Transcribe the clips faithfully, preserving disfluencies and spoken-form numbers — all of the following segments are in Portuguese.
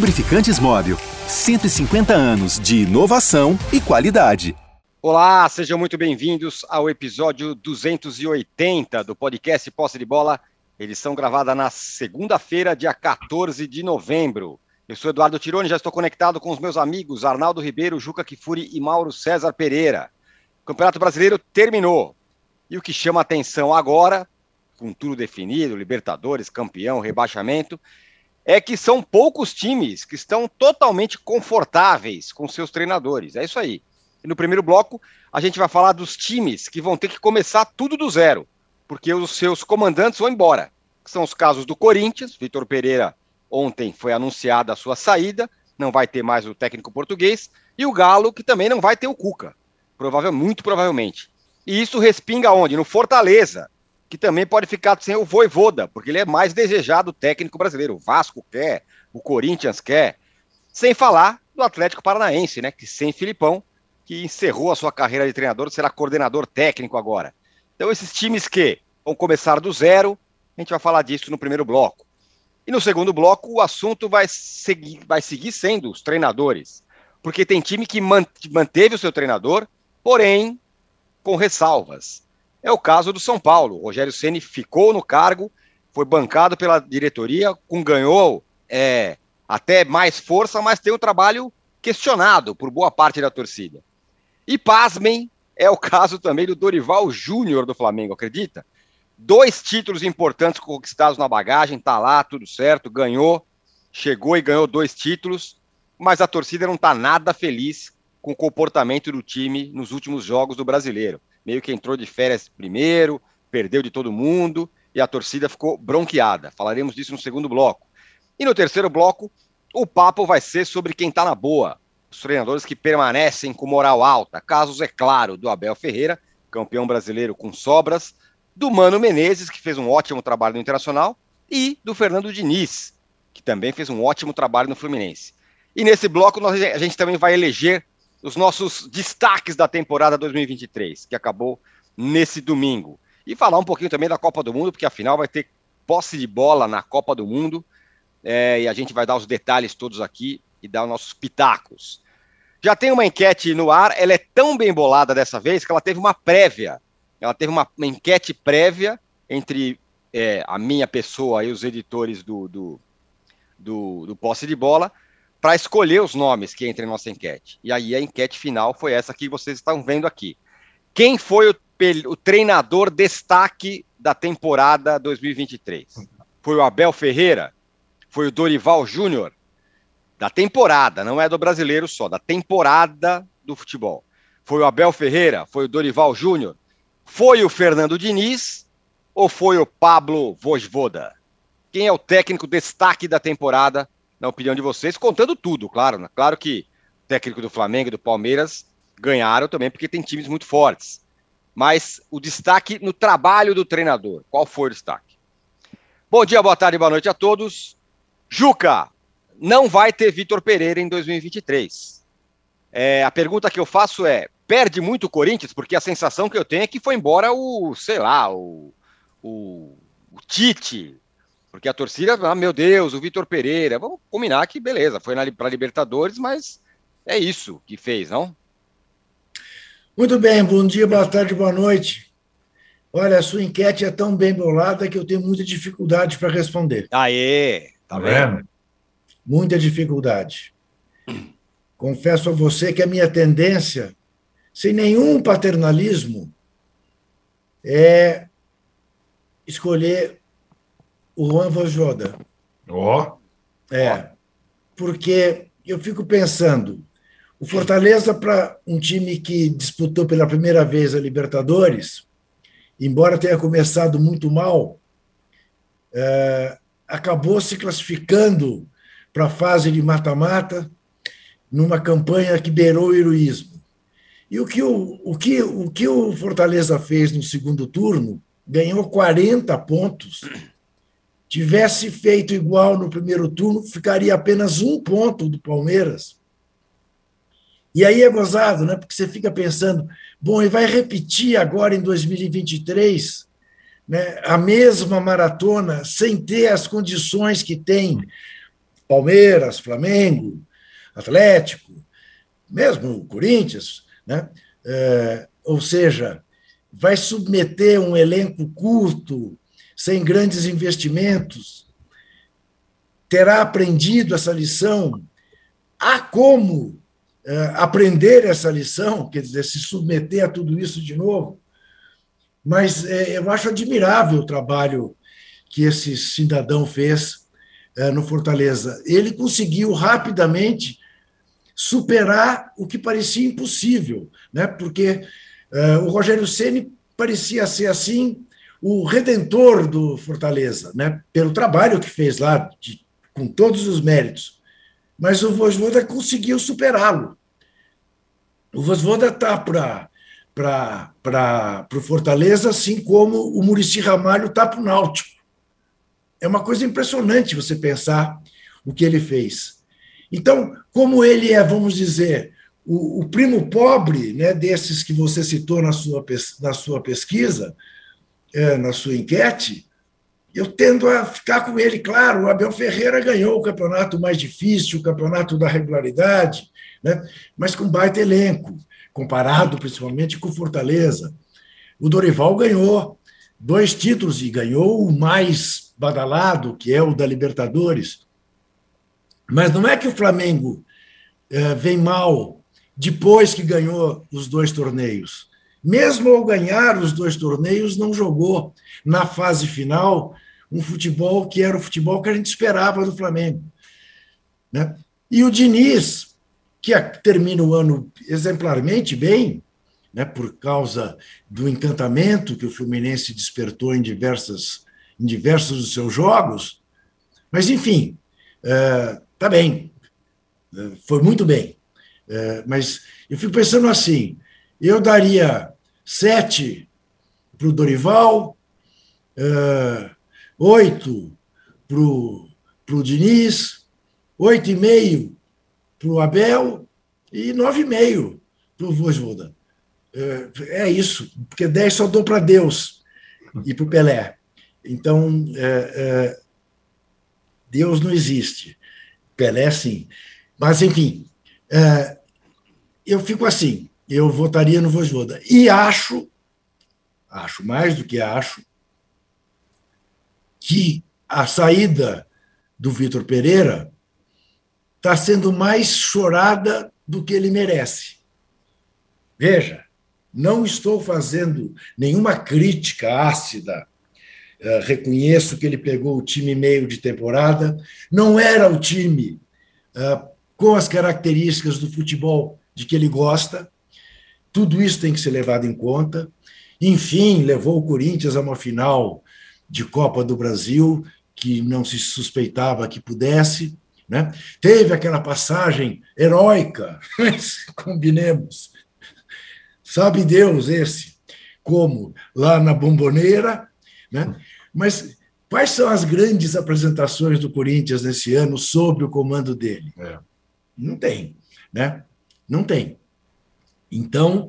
Lubrificantes Móbil, cento e cinquenta anos de inovação e qualidade. Olá, sejam muito bem-vindos ao episódio duzentos e oitenta do podcast Posse de Bola, edição gravada na segunda-feira, dia quatorze de novembro. Eu sou Eduardo Tironi, já estou conectado com os meus amigos Arnaldo Ribeiro, Juca Kfouri e Mauro César Pereira. O Campeonato Brasileiro terminou e o que chama a atenção agora, com tudo definido, Libertadores, campeão, rebaixamento, é que são poucos times que estão totalmente confortáveis com seus treinadores. É isso aí. E no primeiro bloco, a gente vai falar dos times que vão ter que começar tudo do zero, porque os seus comandantes vão embora. São os casos do Corinthians, Vitor Pereira, ontem foi anunciada a sua saída, não vai ter mais o técnico português, e o Galo, que também não vai ter o Cuca, provavelmente, muito provavelmente. E isso respinga onde? No Fortaleza, que também pode ficar sem o Vojvoda, porque ele é mais desejado técnico brasileiro. O Vasco quer, o Corinthians quer. Sem falar do Atlético Paranaense, né, que sem Filipão, que encerrou a sua carreira de treinador, será coordenador técnico agora. Então esses times que vão começar do zero, a gente vai falar disso no primeiro bloco. E no segundo bloco o assunto vai seguir, vai seguir sendo os treinadores, porque tem time que manteve o seu treinador, porém com ressalvas. É o caso do São Paulo. O Rogério Ceni ficou no cargo, foi bancado pela diretoria, com ganhou é, até mais força, mas tem um trabalho questionado por boa parte da torcida. E pasmem, é o caso também do Dorival Júnior do Flamengo, acredita? Dois títulos importantes conquistados na bagagem, tá lá, tudo certo, ganhou, chegou e ganhou dois títulos, mas a torcida não tá nada feliz com o comportamento do time nos últimos jogos do Brasileiro. Meio que entrou de férias primeiro, perdeu de todo mundo e a torcida ficou bronqueada. Falaremos disso no segundo bloco. E no terceiro bloco, o papo vai ser sobre quem está na boa. Os treinadores que permanecem com moral alta. Casos, é claro, do Abel Ferreira, campeão brasileiro com sobras, do Mano Menezes, que fez um ótimo trabalho no Internacional, e do Fernando Diniz, que também fez um ótimo trabalho no Fluminense. E nesse bloco nós, a gente também vai eleger os nossos destaques da temporada dois mil e vinte e três, que acabou nesse domingo. E falar um pouquinho também da Copa do Mundo, porque afinal vai ter posse de bola na Copa do Mundo, é, e a gente vai dar os detalhes todos aqui e dar os nossos pitacos. Já tem uma enquete no ar, ela é tão bem bolada dessa vez que ela teve uma prévia. Ela teve uma, uma enquete prévia entre é, a minha pessoa e os editores do, do, do, do Posse de Bola, para escolher os nomes que entram em nossa enquete. E aí a enquete final foi essa que vocês estão vendo aqui. Quem foi o, o treinador destaque da temporada dois mil e vinte e três? Foi o Abel Ferreira? Foi o Dorival Júnior? Da temporada, não é do brasileiro só, da temporada do futebol. Foi o Abel Ferreira? Foi o Dorival Júnior? Foi o Fernando Diniz? Ou foi o Pablo Vojvoda? Quem é o técnico destaque da temporada, na opinião de vocês, contando tudo, claro. Né? Claro que o técnico do Flamengo e do Palmeiras ganharam também, porque tem times muito fortes. Mas o destaque no trabalho do treinador, qual foi o destaque? Bom dia, boa tarde, boa noite a todos. Juca, não vai ter Vitor Pereira em dois mil e vinte e três. É, a pergunta que eu faço é, perde muito o Corinthians? Porque a sensação que eu tenho é que foi embora o, sei lá, o, o, o Tite. Porque a torcida, ah, meu Deus, o Vitor Pereira, vamos combinar que beleza, foi para a Libertadores, mas é isso que fez, não? Muito bem, bom dia, boa tarde, boa noite. Olha, a sua enquete é tão bem bolada que eu tenho muita dificuldade para responder. Aê, tá vendo? Muita dificuldade. Confesso a você que a minha tendência, sem nenhum paternalismo, é escolher o Juan Vojvoda. Ó. Oh. É, porque eu fico pensando, o Fortaleza, para um time que disputou pela primeira vez a Libertadores, embora tenha começado muito mal, é, acabou se classificando para a fase de mata-mata, numa campanha que beirou o heroísmo. E o que o, o, que, o que o Fortaleza fez no segundo turno, ganhou quarenta pontos. Tivesse feito igual no primeiro turno, ficaria apenas um ponto do Palmeiras. E aí é gozado, né? Porque você fica pensando, bom, e vai repetir agora em dois mil e vinte e três, né, a mesma maratona, sem ter as condições que tem Palmeiras, Flamengo, Atlético, mesmo o Corinthians, né? É, ou seja, vai submeter um elenco curto, sem grandes investimentos, terá aprendido essa lição, há como é, aprender essa lição, quer dizer, se submeter a tudo isso de novo, mas é, eu acho admirável o trabalho que esse cidadão fez é, no Fortaleza. Ele conseguiu rapidamente superar o que parecia impossível, né? Porque uh, o Rogério Ceni parecia ser assim o redentor do Fortaleza, né? Pelo trabalho que fez lá, de, com todos os méritos. Mas o Vojvoda conseguiu superá-lo. O Vojvoda está para para o Fortaleza, assim como o Muricy Ramalho está para o Náutico. É uma coisa impressionante você pensar o que ele fez. Então, como ele é, vamos dizer, o, o primo pobre, né, desses que você citou na sua, na sua pesquisa, é, na sua enquete, eu tendo a ficar com ele. Claro, o Abel Ferreira ganhou o campeonato mais difícil, o campeonato da regularidade, né, mas com baita elenco, comparado principalmente com o Fortaleza. O Dorival ganhou dois títulos e ganhou o mais badalado, que é o da Libertadores. Mas não é que o Flamengo é, vem mal depois que ganhou os dois torneios. Mesmo ao ganhar os dois torneios, não jogou na fase final um futebol que era o futebol que a gente esperava do Flamengo, né? E o Diniz, que termina o ano exemplarmente bem, né, por causa do encantamento que o Fluminense despertou em, diversas, em diversos dos seus jogos, mas, enfim, é, tá bem, foi muito bem. É, mas eu fico pensando assim, eu daria sete para o Dorival, é, oito para o Diniz, oito e meio para o Abel e nove e meio para o Vojvoda. É, é isso, porque dez só dou para Deus e para o Pelé. Então, é, é, Deus não existe. Pelé, sim. Mas, enfim, é, eu fico assim, eu votaria no Vojvoda. E acho, acho mais do que acho, que a saída do Vitor Pereira está sendo mais chorada do que ele merece. Veja, não estou fazendo nenhuma crítica ácida. Uh, reconheço que ele pegou o time meio de temporada, não era o time uh, com as características do futebol de que ele gosta, tudo isso tem que ser levado em conta. Enfim, levou o Corinthians a uma final de Copa do Brasil, que não se suspeitava que pudesse, né? Teve aquela passagem heróica, mas combinemos, sabe Deus esse, como lá na Bombonera, né? Mas quais são as grandes apresentações do Corinthians nesse ano sob o comando dele? É. Não tem, né? Não tem. Então,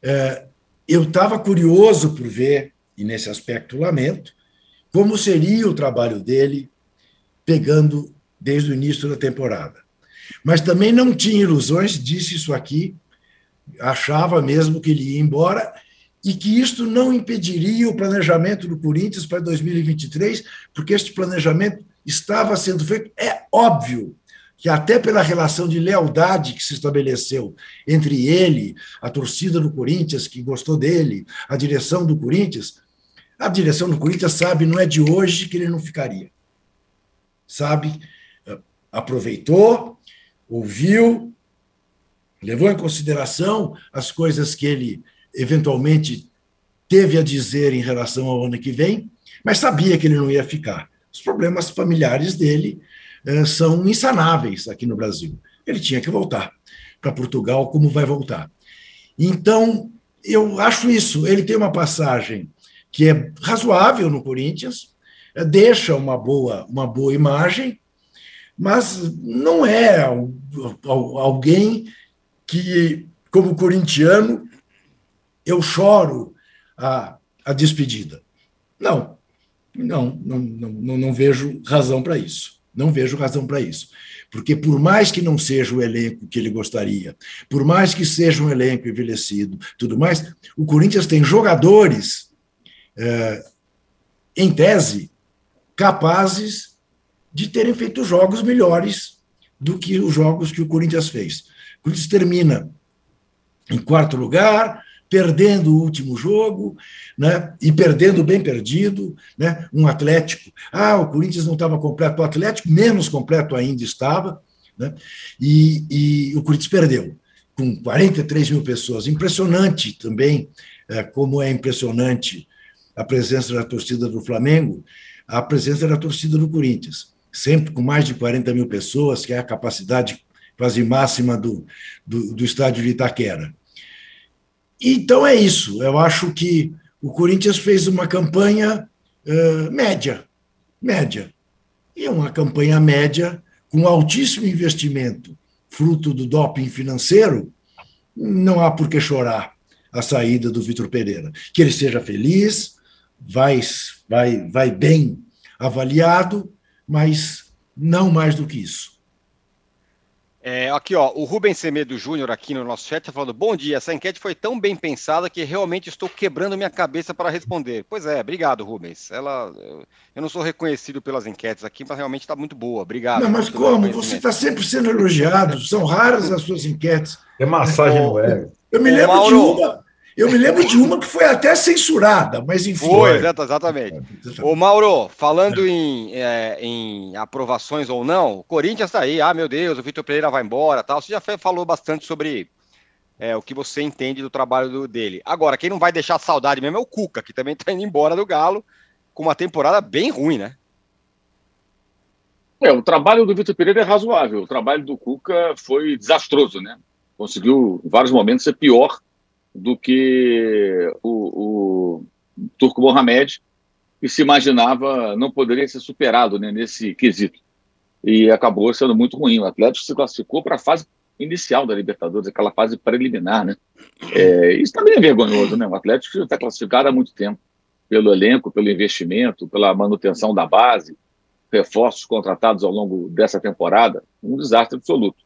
eu estava curioso por ver, e nesse aspecto lamento, como seria o trabalho dele pegando desde o início da temporada. Mas também não tinha ilusões, disse isso aqui, achava mesmo que ele ia embora, e que isto não impediria o planejamento do Corinthians para dois mil e vinte e três, porque este planejamento estava sendo feito. É óbvio que até pela relação de lealdade que se estabeleceu entre ele, a torcida do Corinthians, que gostou dele, a direção do Corinthians, a direção do Corinthians sabe, não é de hoje que ele não ficaria. Sabe, aproveitou, ouviu, levou em consideração as coisas que ele eventualmente teve a dizer em relação ao ano que vem, mas sabia que ele não ia ficar. Os problemas familiares dele eh, são insanáveis aqui no Brasil. Ele tinha que voltar para Portugal, como vai voltar. Então, eu acho isso. Ele tem uma passagem que é razoável no Corinthians, eh, deixa uma boa, uma boa imagem, mas não é alguém que, como corintiano, eu choro a, a despedida. Não, não, não, não, não vejo razão para isso. Não vejo razão para isso. Porque por mais que não seja o elenco que ele gostaria, por mais que seja um elenco envelhecido, tudo mais, o Corinthians tem jogadores, é, em tese, capazes de terem feito jogos melhores do que os jogos que o Corinthians fez. O Corinthians termina em quarto lugar, perdendo o último jogo, né, e perdendo bem perdido, né, um Atlético. Ah, o Corinthians não estava completo, o Atlético menos completo ainda estava, né, e, e o Corinthians perdeu, com quarenta e três mil pessoas. Impressionante também, é, como é impressionante a presença da torcida do Flamengo, a presença da torcida do Corinthians, sempre com mais de quarenta mil pessoas, que é a capacidade quase máxima do, do, do estádio de Itaquera. Então é isso, eu acho que o Corinthians fez uma campanha uh, média, média, e uma campanha média com altíssimo investimento, fruto do doping financeiro, não há por que chorar a saída do Vitor Pereira. Que ele seja feliz, vai, vai, vai bem avaliado, mas não mais do que isso. É, aqui, ó, o Rubens Semedo Júnior aqui no nosso chat está falando: bom dia, essa enquete foi tão bem pensada que realmente estou quebrando minha cabeça para responder. Pois é, obrigado, Rubens. Ela, eu não sou reconhecido pelas enquetes aqui, mas realmente está muito boa. Obrigado. Não, mas como? Você está sempre sendo elogiado, são raras as suas enquetes. É massagem no ego. Eu me lembro de uma... Eu me lembro de uma que foi até censurada, mas enfim. Foi, exatamente. Ô, Mauro, falando em, é, em aprovações ou não, o Corinthians está aí, ah, meu Deus, o Vitor Pereira vai embora, tal. Você já falou bastante sobre é, o que você entende do trabalho do, dele. Agora, quem não vai deixar saudade mesmo é o Cuca, que também está indo embora do Galo, com uma temporada bem ruim, né? É, o trabalho do Vitor Pereira é razoável, o trabalho do Cuca foi desastroso, né? Conseguiu, em vários momentos, ser pior do que o, o Turco Mohamed, que se imaginava não poderia ser superado, né, nesse quesito. E acabou sendo muito ruim. O Atlético se classificou para a fase inicial da Libertadores, aquela fase preliminar, né? É, isso também é vergonhoso, né? O Atlético já está classificado há muito tempo, pelo elenco, pelo investimento, pela manutenção da base, reforços contratados ao longo dessa temporada, um desastre absoluto.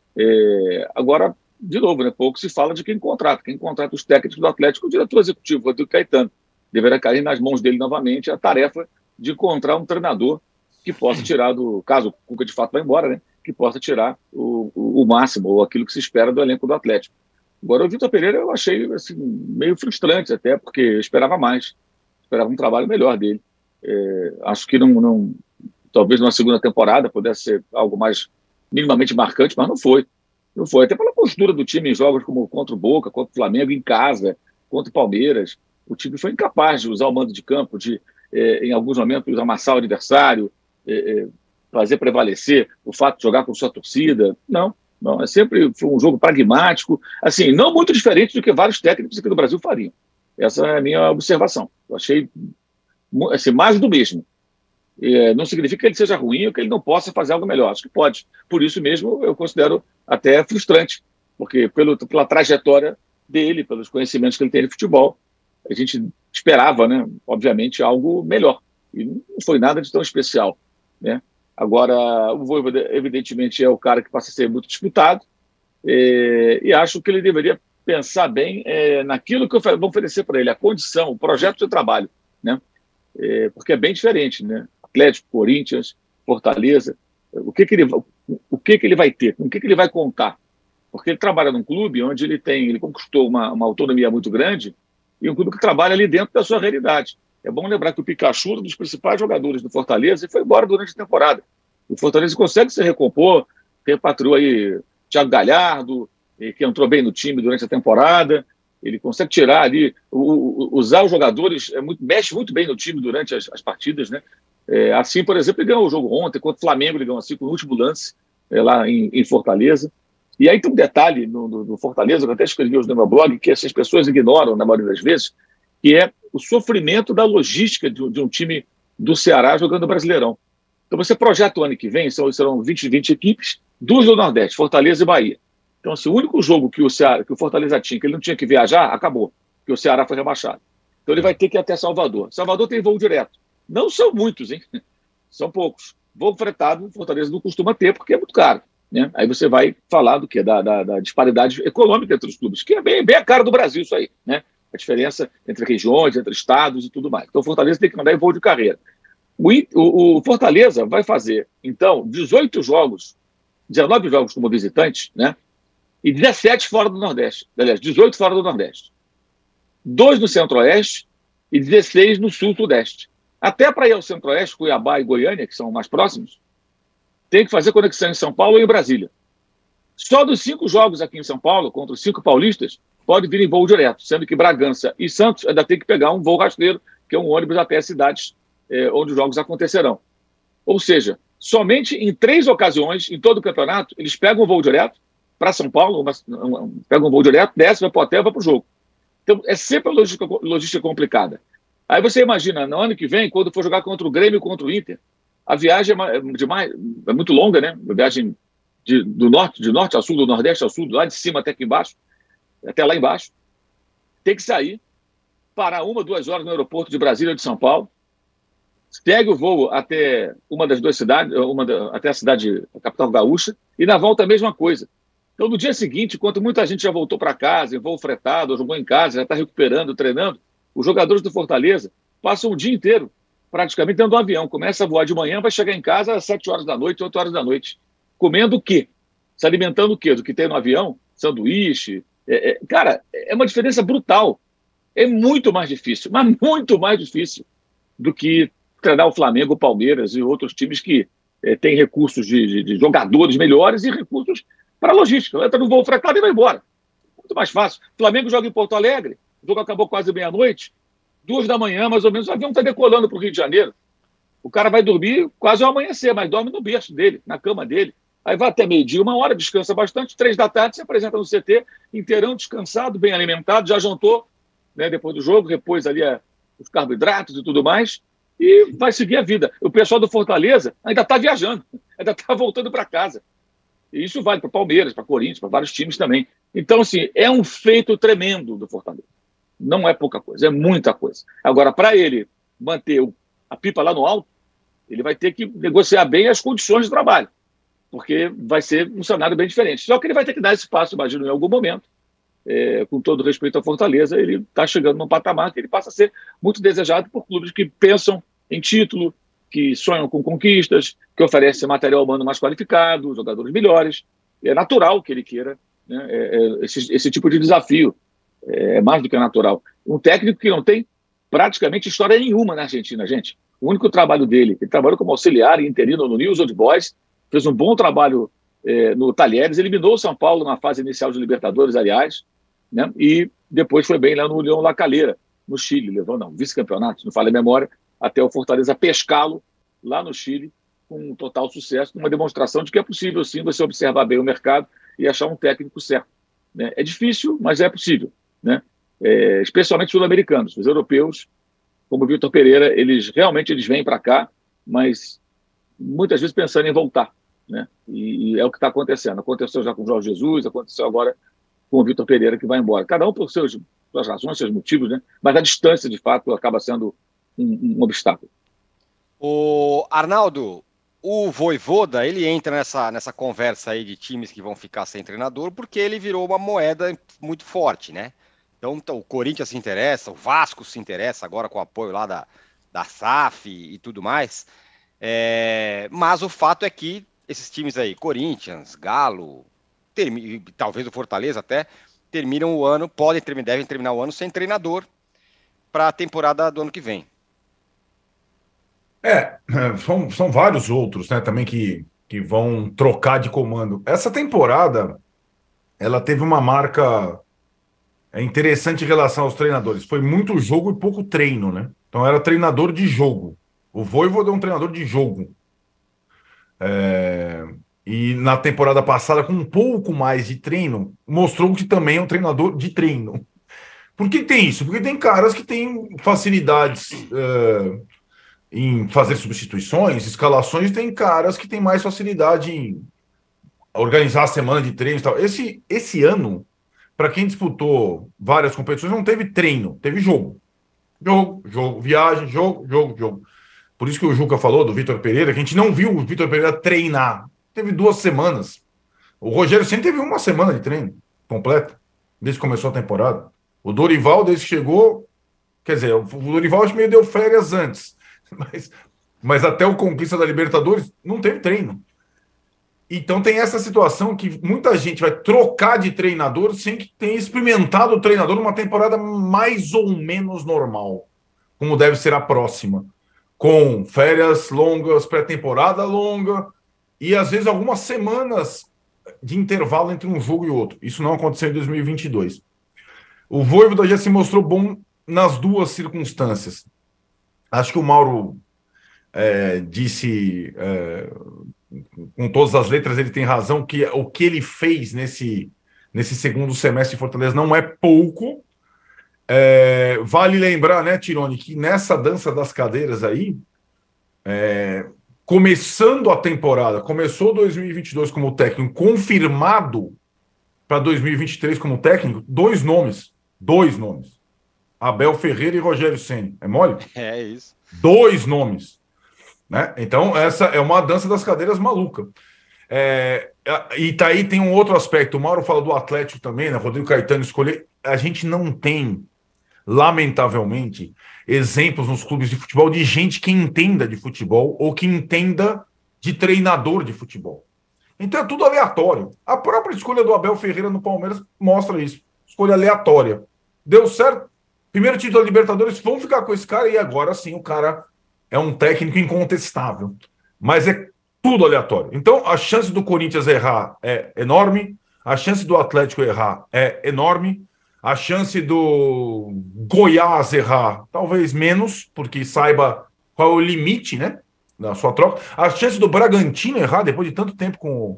É, agora, de novo, né, pouco se fala de quem contrata. Quem contrata os técnicos do Atlético, o diretor executivo, Rodrigo Caetano. Deverá cair nas mãos dele novamente a tarefa de encontrar um treinador que possa tirar do... Caso o Cuca de fato vá embora, né, que possa tirar o, o, o máximo, ou aquilo que se espera do elenco do Atlético. Agora, o Vitor Pereira eu achei assim, meio frustrante até, porque eu esperava mais. Esperava um trabalho melhor dele. É, acho que não, não... Talvez numa segunda temporada pudesse ser algo mais minimamente marcante, mas não foi. Não foi, até pela postura do time em jogos como contra o Boca, contra o Flamengo, em casa, contra o Palmeiras. O time foi incapaz de usar o mando de campo, de, eh, em alguns momentos, amassar o adversário, eh, fazer prevalecer o fato de jogar com sua torcida. Não, não, é sempre foi um jogo pragmático, assim, não muito diferente do que vários técnicos aqui do Brasil fariam. Essa é a minha observação. Eu achei assim, mais do mesmo. É, não significa que ele seja ruim ou que ele não possa fazer algo melhor. Acho que pode. Por isso mesmo, eu considero até frustrante, porque pelo, pela trajetória dele, pelos conhecimentos que ele tem de futebol, a gente esperava, né, obviamente, algo melhor. E não foi nada de tão especial, né? Agora, o Vojvoda, evidentemente, é o cara que passa a ser muito disputado, é, e acho que ele deveria pensar bem é, naquilo que eu vou oferecer para ele, a condição, o projeto de trabalho, né? É, porque é bem diferente, né? Atlético, Corinthians, Fortaleza, o que que ele, o que que ele vai ter, com o que que ele vai contar? Porque ele trabalha num clube onde ele tem, ele conquistou uma, uma autonomia muito grande e um clube que trabalha ali dentro da sua realidade. É bom lembrar que o Pikachu é um dos principais jogadores do Fortaleza e foi embora durante a temporada. O Fortaleza consegue se recompor, repatriou aí Thiago Galhardo, que entrou bem no time durante a temporada. Ele consegue tirar ali, o, o, usar os jogadores, é muito, mexe muito bem no time durante as, as partidas, né? É, assim, por exemplo, ele ganhou o jogo ontem, contra o Flamengo, ele ganhou assim, com o último lance, é, lá em, em Fortaleza. E aí tem um detalhe no, no, no Fortaleza, que eu até escrevi hoje no meu blog, que essas pessoas ignoram, na maioria das vezes, que é o sofrimento da logística de, de um time do Ceará jogando Brasileirão. Então você projeta o ano que vem, são, serão vinte, vinte equipes, duas do Nordeste, Fortaleza e Bahia. Então, assim, o único jogo que o, Ceará, que o Fortaleza tinha, que ele não tinha que viajar, acabou, porque o Ceará foi rebaixado. Então ele vai ter que ir até Salvador. Salvador tem voo direto. Não são muitos, hein? São poucos. voo fretado, Fortaleza não costuma ter, porque é muito caro. Né? Aí você vai falar do quê? Da, da, da disparidade econômica entre os clubes, que é bem, bem a cara do Brasil isso aí, né? A diferença entre regiões, entre estados e tudo mais. Então o Fortaleza tem que andar em voo de carreira. O, o, o Fortaleza vai fazer, então, dezoito jogos, dezenove jogos como visitante, né? E dezessete fora do Nordeste. Aliás, dezoito fora do Nordeste. Dois no Centro-Oeste e dezesseis no Sul-Sudeste. Até para ir ao Centro-Oeste, Cuiabá e Goiânia, que são mais próximos, tem que fazer conexão em São Paulo ou em Brasília. Só dos cinco jogos aqui em São Paulo, contra os cinco paulistas, pode vir em voo direto, sendo que Bragança e Santos ainda tem que pegar um voo rasteiro, que é um ônibus até as cidades eh, onde os jogos acontecerão. Ou seja, somente em três ocasiões, em todo o campeonato, eles pegam um voo direto para São Paulo, uma, uma, pegam um voo direto, desce, vai para o hotel e vai para o jogo. Então, é sempre uma logística, logística complicada. Aí você imagina, no ano que vem, quando for jogar contra o Grêmio e contra o Inter, a viagem é, de mais, é muito longa, né? A viagem de, do norte, de norte a sul, do nordeste a sul, lá de cima até aqui embaixo, até lá embaixo. Tem que sair, parar uma, duas horas no aeroporto de Brasília ou de São Paulo, segue o voo até uma das duas cidades, uma da, até a cidade, a capital gaúcha, e na volta a mesma coisa. Então, no dia seguinte, enquanto muita gente já voltou para casa, em voo fretado, ou jogou em casa, já está recuperando, treinando, os jogadores do Fortaleza passam o dia inteiro praticamente dentro do avião. Começa a voar de manhã, vai chegar em casa às sete horas da noite, oito horas da noite. Comendo o quê? Se alimentando o quê? Do que tem no avião? Sanduíche? É, é, cara, é uma diferença brutal. É muito mais difícil, mas muito mais difícil do que treinar o Flamengo, o Palmeiras e outros times que é, têm recursos de, de, de jogadores melhores e recursos para logística. Entra no voo fretado e vai embora. Muito mais fácil. O Flamengo joga em Porto Alegre, o jogo acabou quase meia-noite, duas da manhã, mais ou menos, o avião está decolando para o Rio de Janeiro. O cara vai dormir quase ao amanhecer, mas dorme no berço dele, na cama dele. Aí vai até meio-dia, uma hora, descansa bastante, três da tarde, se apresenta no C T, inteirão, descansado, bem alimentado, já jantou, né, depois do jogo, repôs ali a, os carboidratos e tudo mais, e vai seguir a vida. O pessoal do Fortaleza ainda está viajando, ainda está voltando para casa. E isso vale para Palmeiras, para Corinthians, para vários times também. Então, assim, é um feito tremendo do Fortaleza. Não é pouca coisa, é muita coisa. Agora, para ele manter a pipa lá no alto, ele vai ter que negociar bem as condições de trabalho, porque vai ser um cenário bem diferente. Só que ele vai ter que dar esse passo, imagino, em algum momento, é, com todo respeito à Fortaleza, ele está chegando num patamar que ele passa a ser muito desejado por clubes que pensam em título, que sonham com conquistas, que oferecem material humano mais qualificado, jogadores melhores. É natural que ele queira, né, é, é, esse, esse tipo de desafio. É mais do que natural. Um técnico que não tem praticamente história nenhuma na Argentina, gente. O único trabalho dele, ele trabalhou como auxiliar e interino no News Old Boys, fez um bom trabalho eh, no Talheres, eliminou o São Paulo na fase inicial de Libertadores, aliás, né? E depois foi bem lá no União La Calera, no Chile, levou, não, vice-campeonato, não falha a memória, até o Fortaleza pescá-lo lá no Chile, com um total sucesso, uma demonstração de que é possível, sim, você observar bem o mercado e achar um técnico certo. Né? É difícil, mas é possível. Né? É, especialmente sul-americanos, os europeus, como o Vitor Pereira, eles realmente eles vêm para cá, mas muitas vezes pensando em voltar, né? E, e é o que está acontecendo. Aconteceu já com o Jorge Jesus, aconteceu agora com o Vitor Pereira, que vai embora. Cada um por seus, suas razões, seus motivos, né? Mas a distância, de fato, acaba sendo um, um obstáculo. O Arnaldo, o Vojvoda, ele entra nessa, nessa conversa aí de times que vão ficar sem treinador, porque ele virou uma moeda muito forte, né? Então, então, o Corinthians se interessa, o Vasco se interessa agora com o apoio lá da, da S A F e, e tudo mais. É, mas o fato é que esses times aí, Corinthians, Galo, termi, talvez o Fortaleza até, terminam o ano, podem terminar, devem terminar o ano sem treinador para a temporada do ano que vem. É, são, são vários outros, né, também que, que vão trocar de comando. Essa temporada, ela teve uma marca... É interessante em relação aos treinadores. Foi muito jogo e pouco treino, né? Então era treinador de jogo. O Vojvoda é um treinador de jogo. É... E na temporada passada, com um pouco mais de treino, mostrou que também é um treinador de treino. Por que tem isso? Porque tem caras que têm facilidades é... em fazer substituições, escalações, e tem caras que têm mais facilidade em organizar a semana de treino e tal. Esse, esse ano... Para quem disputou várias competições, não teve treino, teve jogo. Jogo, jogo, viagem, jogo, jogo, jogo. por isso que o Juca falou do Vitor Pereira, que a gente não viu o Vitor Pereira treinar. Teve duas semanas. O Rogério sempre teve uma semana de treino completa, desde que começou a temporada. O Dorival, desde que chegou, quer dizer, o Dorival acho que meio deu férias antes, mas, mas até o conquista da Libertadores não teve treino. Então tem essa situação que muita gente vai trocar de treinador sem que tenha experimentado o treinador numa temporada mais ou menos normal, como deve ser a próxima, com férias longas, pré-temporada longa e às vezes algumas semanas de intervalo entre um jogo e outro. Isso não aconteceu em dois mil e vinte e dois. O Vojvoda já se mostrou bom nas duas circunstâncias. Acho que o Mauro é, disse... É, com todas as letras, ele tem razão, que o que ele fez nesse, nesse segundo semestre de Fortaleza não é pouco. É, vale lembrar, né, Tironi, que nessa dança das cadeiras aí, é, começando a temporada, começou dois mil e vinte e dois como técnico, confirmado para dois mil e vinte e três como técnico, dois nomes, dois nomes, Abel Ferreira e Rogério Ceni. É mole? É isso. Dois nomes. Né? Então, essa é uma dança das cadeiras maluca. É, e tá aí tem um outro aspecto. O Mauro fala do Atlético também, né? Rodrigo Caetano escolher. A gente não tem, lamentavelmente, exemplos nos clubes de futebol de gente que entenda de futebol ou que entenda de treinador de futebol. Então é tudo aleatório. A própria escolha do Abel Ferreira no Palmeiras mostra isso. Escolha aleatória. Deu certo? Primeiro título da Libertadores, vamos ficar com esse cara e agora sim o cara... é um técnico incontestável, mas é tudo aleatório. Então, a chance do Corinthians errar é enorme, a chance do Atlético errar é enorme, a chance do Goiás errar talvez menos, porque saiba qual é o limite, né, da sua troca. A chance do Bragantino errar depois de tanto tempo com,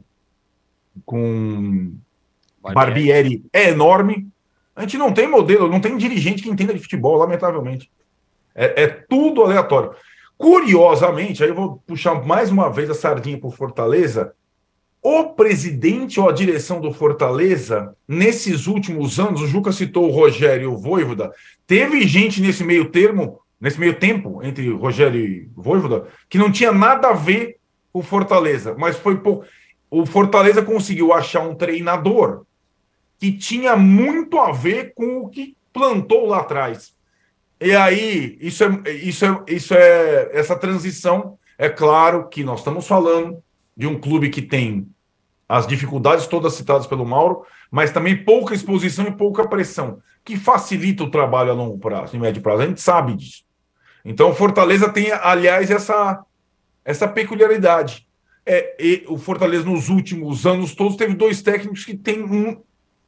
com Barbieri. Barbieri é enorme. A gente não tem modelo, não tem dirigente que entenda de futebol, lamentavelmente. É, é tudo aleatório. Curiosamente, aí eu vou puxar mais uma vez a sardinha para o Fortaleza, o presidente ou a direção do Fortaleza, nesses últimos anos, o Juca citou o Rogério e o Vojvoda, teve gente nesse meio termo, nesse meio tempo, entre Rogério e Vojvoda, que não tinha nada a ver com o Fortaleza, mas foi pouco. O Fortaleza conseguiu achar um treinador que tinha muito a ver com o que plantou lá atrás. E aí, isso é, isso é, isso é, essa transição, é claro que nós estamos falando de um clube que tem as dificuldades todas citadas pelo Mauro, mas também pouca exposição e pouca pressão, que facilita o trabalho a longo prazo, em médio prazo. A gente sabe disso. Então, o Fortaleza tem, aliás, essa, essa peculiaridade. É, e o Fortaleza, nos últimos anos todos, teve dois técnicos que têm um,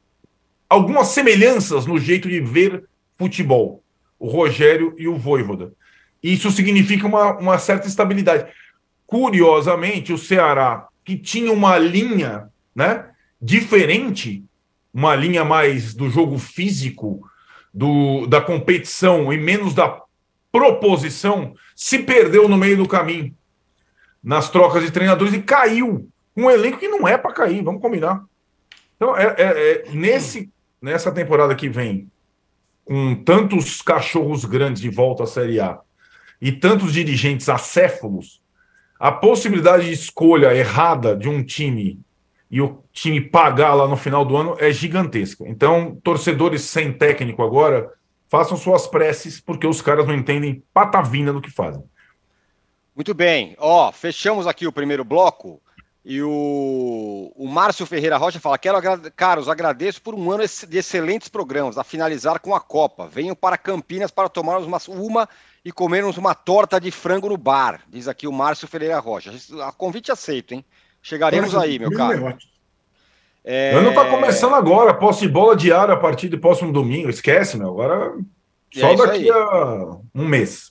algumas semelhanças no jeito de ver futebol. O Rogério e o Vojvoda. Isso significa uma, uma certa estabilidade. Curiosamente, o Ceará, que tinha uma linha, né, diferente, uma linha mais do jogo físico, do, da competição e menos da proposição, se perdeu no meio do caminho, nas trocas de treinadores e caiu. Um elenco que não é para cair, vamos combinar. Então, é, é, é, nesse, nessa temporada que vem, com tantos cachorros grandes de volta à Série A e tantos dirigentes acéfalos, a possibilidade de escolha errada de um time e o time pagar lá no final do ano é gigantesca. Então, torcedores sem técnico agora, façam suas preces, porque os caras não entendem patavina do que fazem. Muito bem. Ó, fechamos aqui o primeiro bloco. E o, o Márcio Ferreira Rocha fala: Quero, caros, agradeço por um ano de excelentes programas, a finalizar com a Copa. Venho para Campinas para tomarmos uma, uma e comermos uma torta de frango no bar, diz aqui o Márcio Ferreira Rocha. A convite aceito, hein? Chegaremos Nossa, aí, meu caro. É... O ano está começando agora, posse de bola diária a partir do próximo domingo. Esquece, meu. Agora só é daqui aí. A um mês.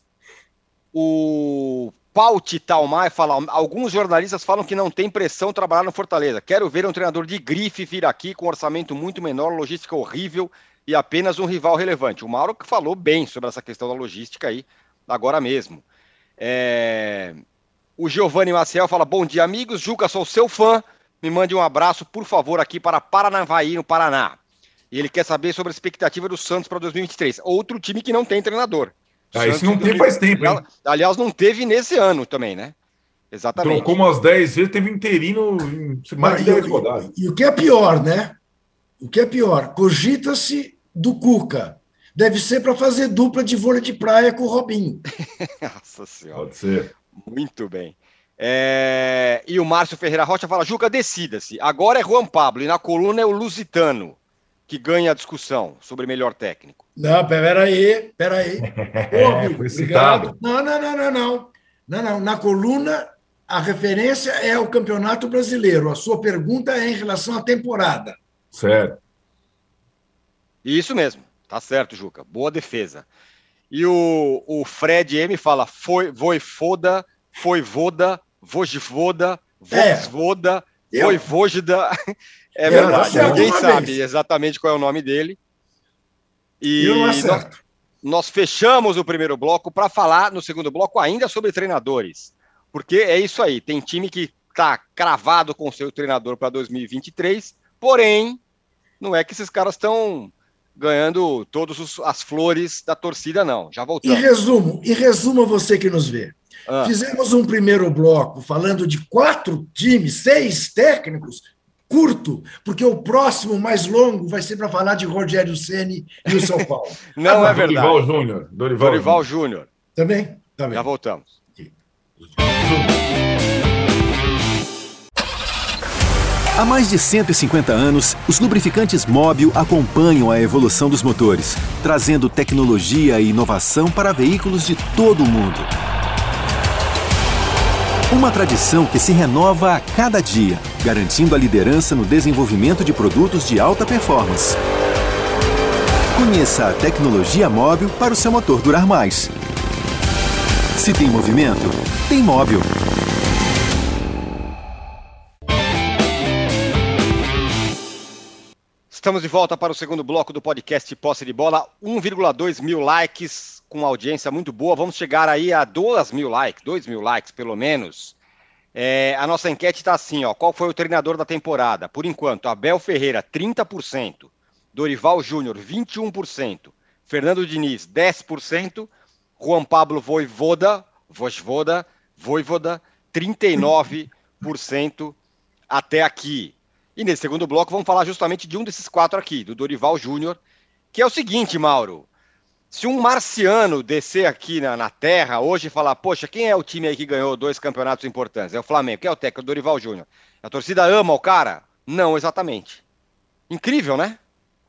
O Pauti Talmai fala: alguns jornalistas falam que não tem pressão trabalhar no Fortaleza. Quero ver um treinador de grife vir aqui com um orçamento muito menor, logística horrível e apenas um rival relevante. O Mauro que falou bem sobre essa questão da logística aí, agora mesmo. É... O Giovanni Maciel fala: bom dia, amigos. Juca, sou seu fã. Me mande um abraço, por favor, aqui para Paranavaí, no Paraná. E ele quer saber sobre a expectativa do Santos para dois mil e vinte e três. Outro time que não tem treinador. Ah, isso não tem faz tempo, hein? Aliás, não teve nesse ano também, né? Exatamente. Trocou umas dez vezes, teve interino em mais de dez rodadas. E o que é pior, né? O que é pior, cogita-se do Cuca. Deve ser para fazer dupla de vôlei de praia com o Robinho. Nossa Senhora. Pode ser. Muito bem. É... E o Márcio Ferreira Rocha fala, Juca, decida-se. Agora é Juan Pablo e na coluna é o Lusitano que ganha a discussão sobre melhor técnico. Não, peraí, peraí. É, foi citado. Não, não, não, não, não. Não, não. Na coluna, a referência é o Campeonato Brasileiro. A sua pergunta é em relação à temporada. Certo. Isso mesmo. Tá certo, Juca. Boa defesa. E o, o Fred M fala, foi Voivoda, Voivoda, Vojvoda, Voxvoda, é. Voivógida. É eu verdade. Ninguém sabe vez. exatamente qual é o nome dele. E eu não acerto. Nós, nós fechamos o primeiro bloco para falar no segundo bloco ainda sobre treinadores. Porque é isso aí. Tem time que tá cravado com o seu treinador para dois mil e vinte e três, porém, não é que esses caras estão ganhando todas as flores da torcida, não. Já voltamos. E resumo, e resumo a você que nos vê. Ah. Fizemos um primeiro bloco falando de quatro times, seis técnicos, curto, porque o próximo, mais longo, vai ser para falar de Rogério Ceni e o São Paulo. Não ah, é verdade. Dorival Júnior. Dorival, Dorival Júnior. Também? Também. Já voltamos. Há mais de cento e cinquenta anos, os lubrificantes Mobil acompanham a evolução dos motores, trazendo tecnologia e inovação para veículos de todo o mundo. Uma tradição que se renova a cada dia, garantindo a liderança no desenvolvimento de produtos de alta performance. Conheça a tecnologia Mobil para o seu motor durar mais. Se tem movimento, tem Mobil. Estamos de volta para o segundo bloco do podcast Posse de Bola. um vírgula dois mil likes, com uma audiência muito boa. Vamos chegar aí a dois mil likes, dois mil likes pelo menos. É, a nossa enquete está assim, ó. Qual foi o treinador da temporada? Por enquanto, Abel Ferreira, trinta por cento. Dorival Júnior, vinte e um por cento. Fernando Diniz, dez por cento. Juan Pablo Voivoda, Voivoda, Voivoda, trinta e nove por cento até aqui. E nesse segundo bloco vamos falar justamente de um desses quatro aqui, do Dorival Júnior, que é o seguinte, Mauro. Se um marciano descer aqui na, na Terra hoje e falar, poxa, quem é o time aí que ganhou dois campeonatos importantes? É o Flamengo. Quem é o técnico? O Dorival Júnior. A torcida ama o cara? Não, exatamente. Incrível, né?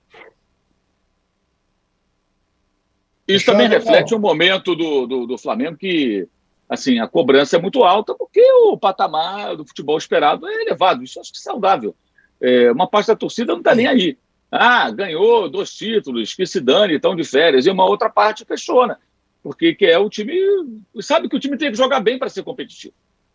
Isso também reflete o um momento do, do, do Flamengo que, assim, a cobrança é muito alta porque o patamar do futebol esperado é elevado. Isso eu acho que é saudável. É, uma parte da torcida não está nem aí. Ah, ganhou dois títulos, que se dane, estão de férias. E uma outra parte questiona, porque que é o time... Sabe que o time tem que jogar bem para ser competitivo.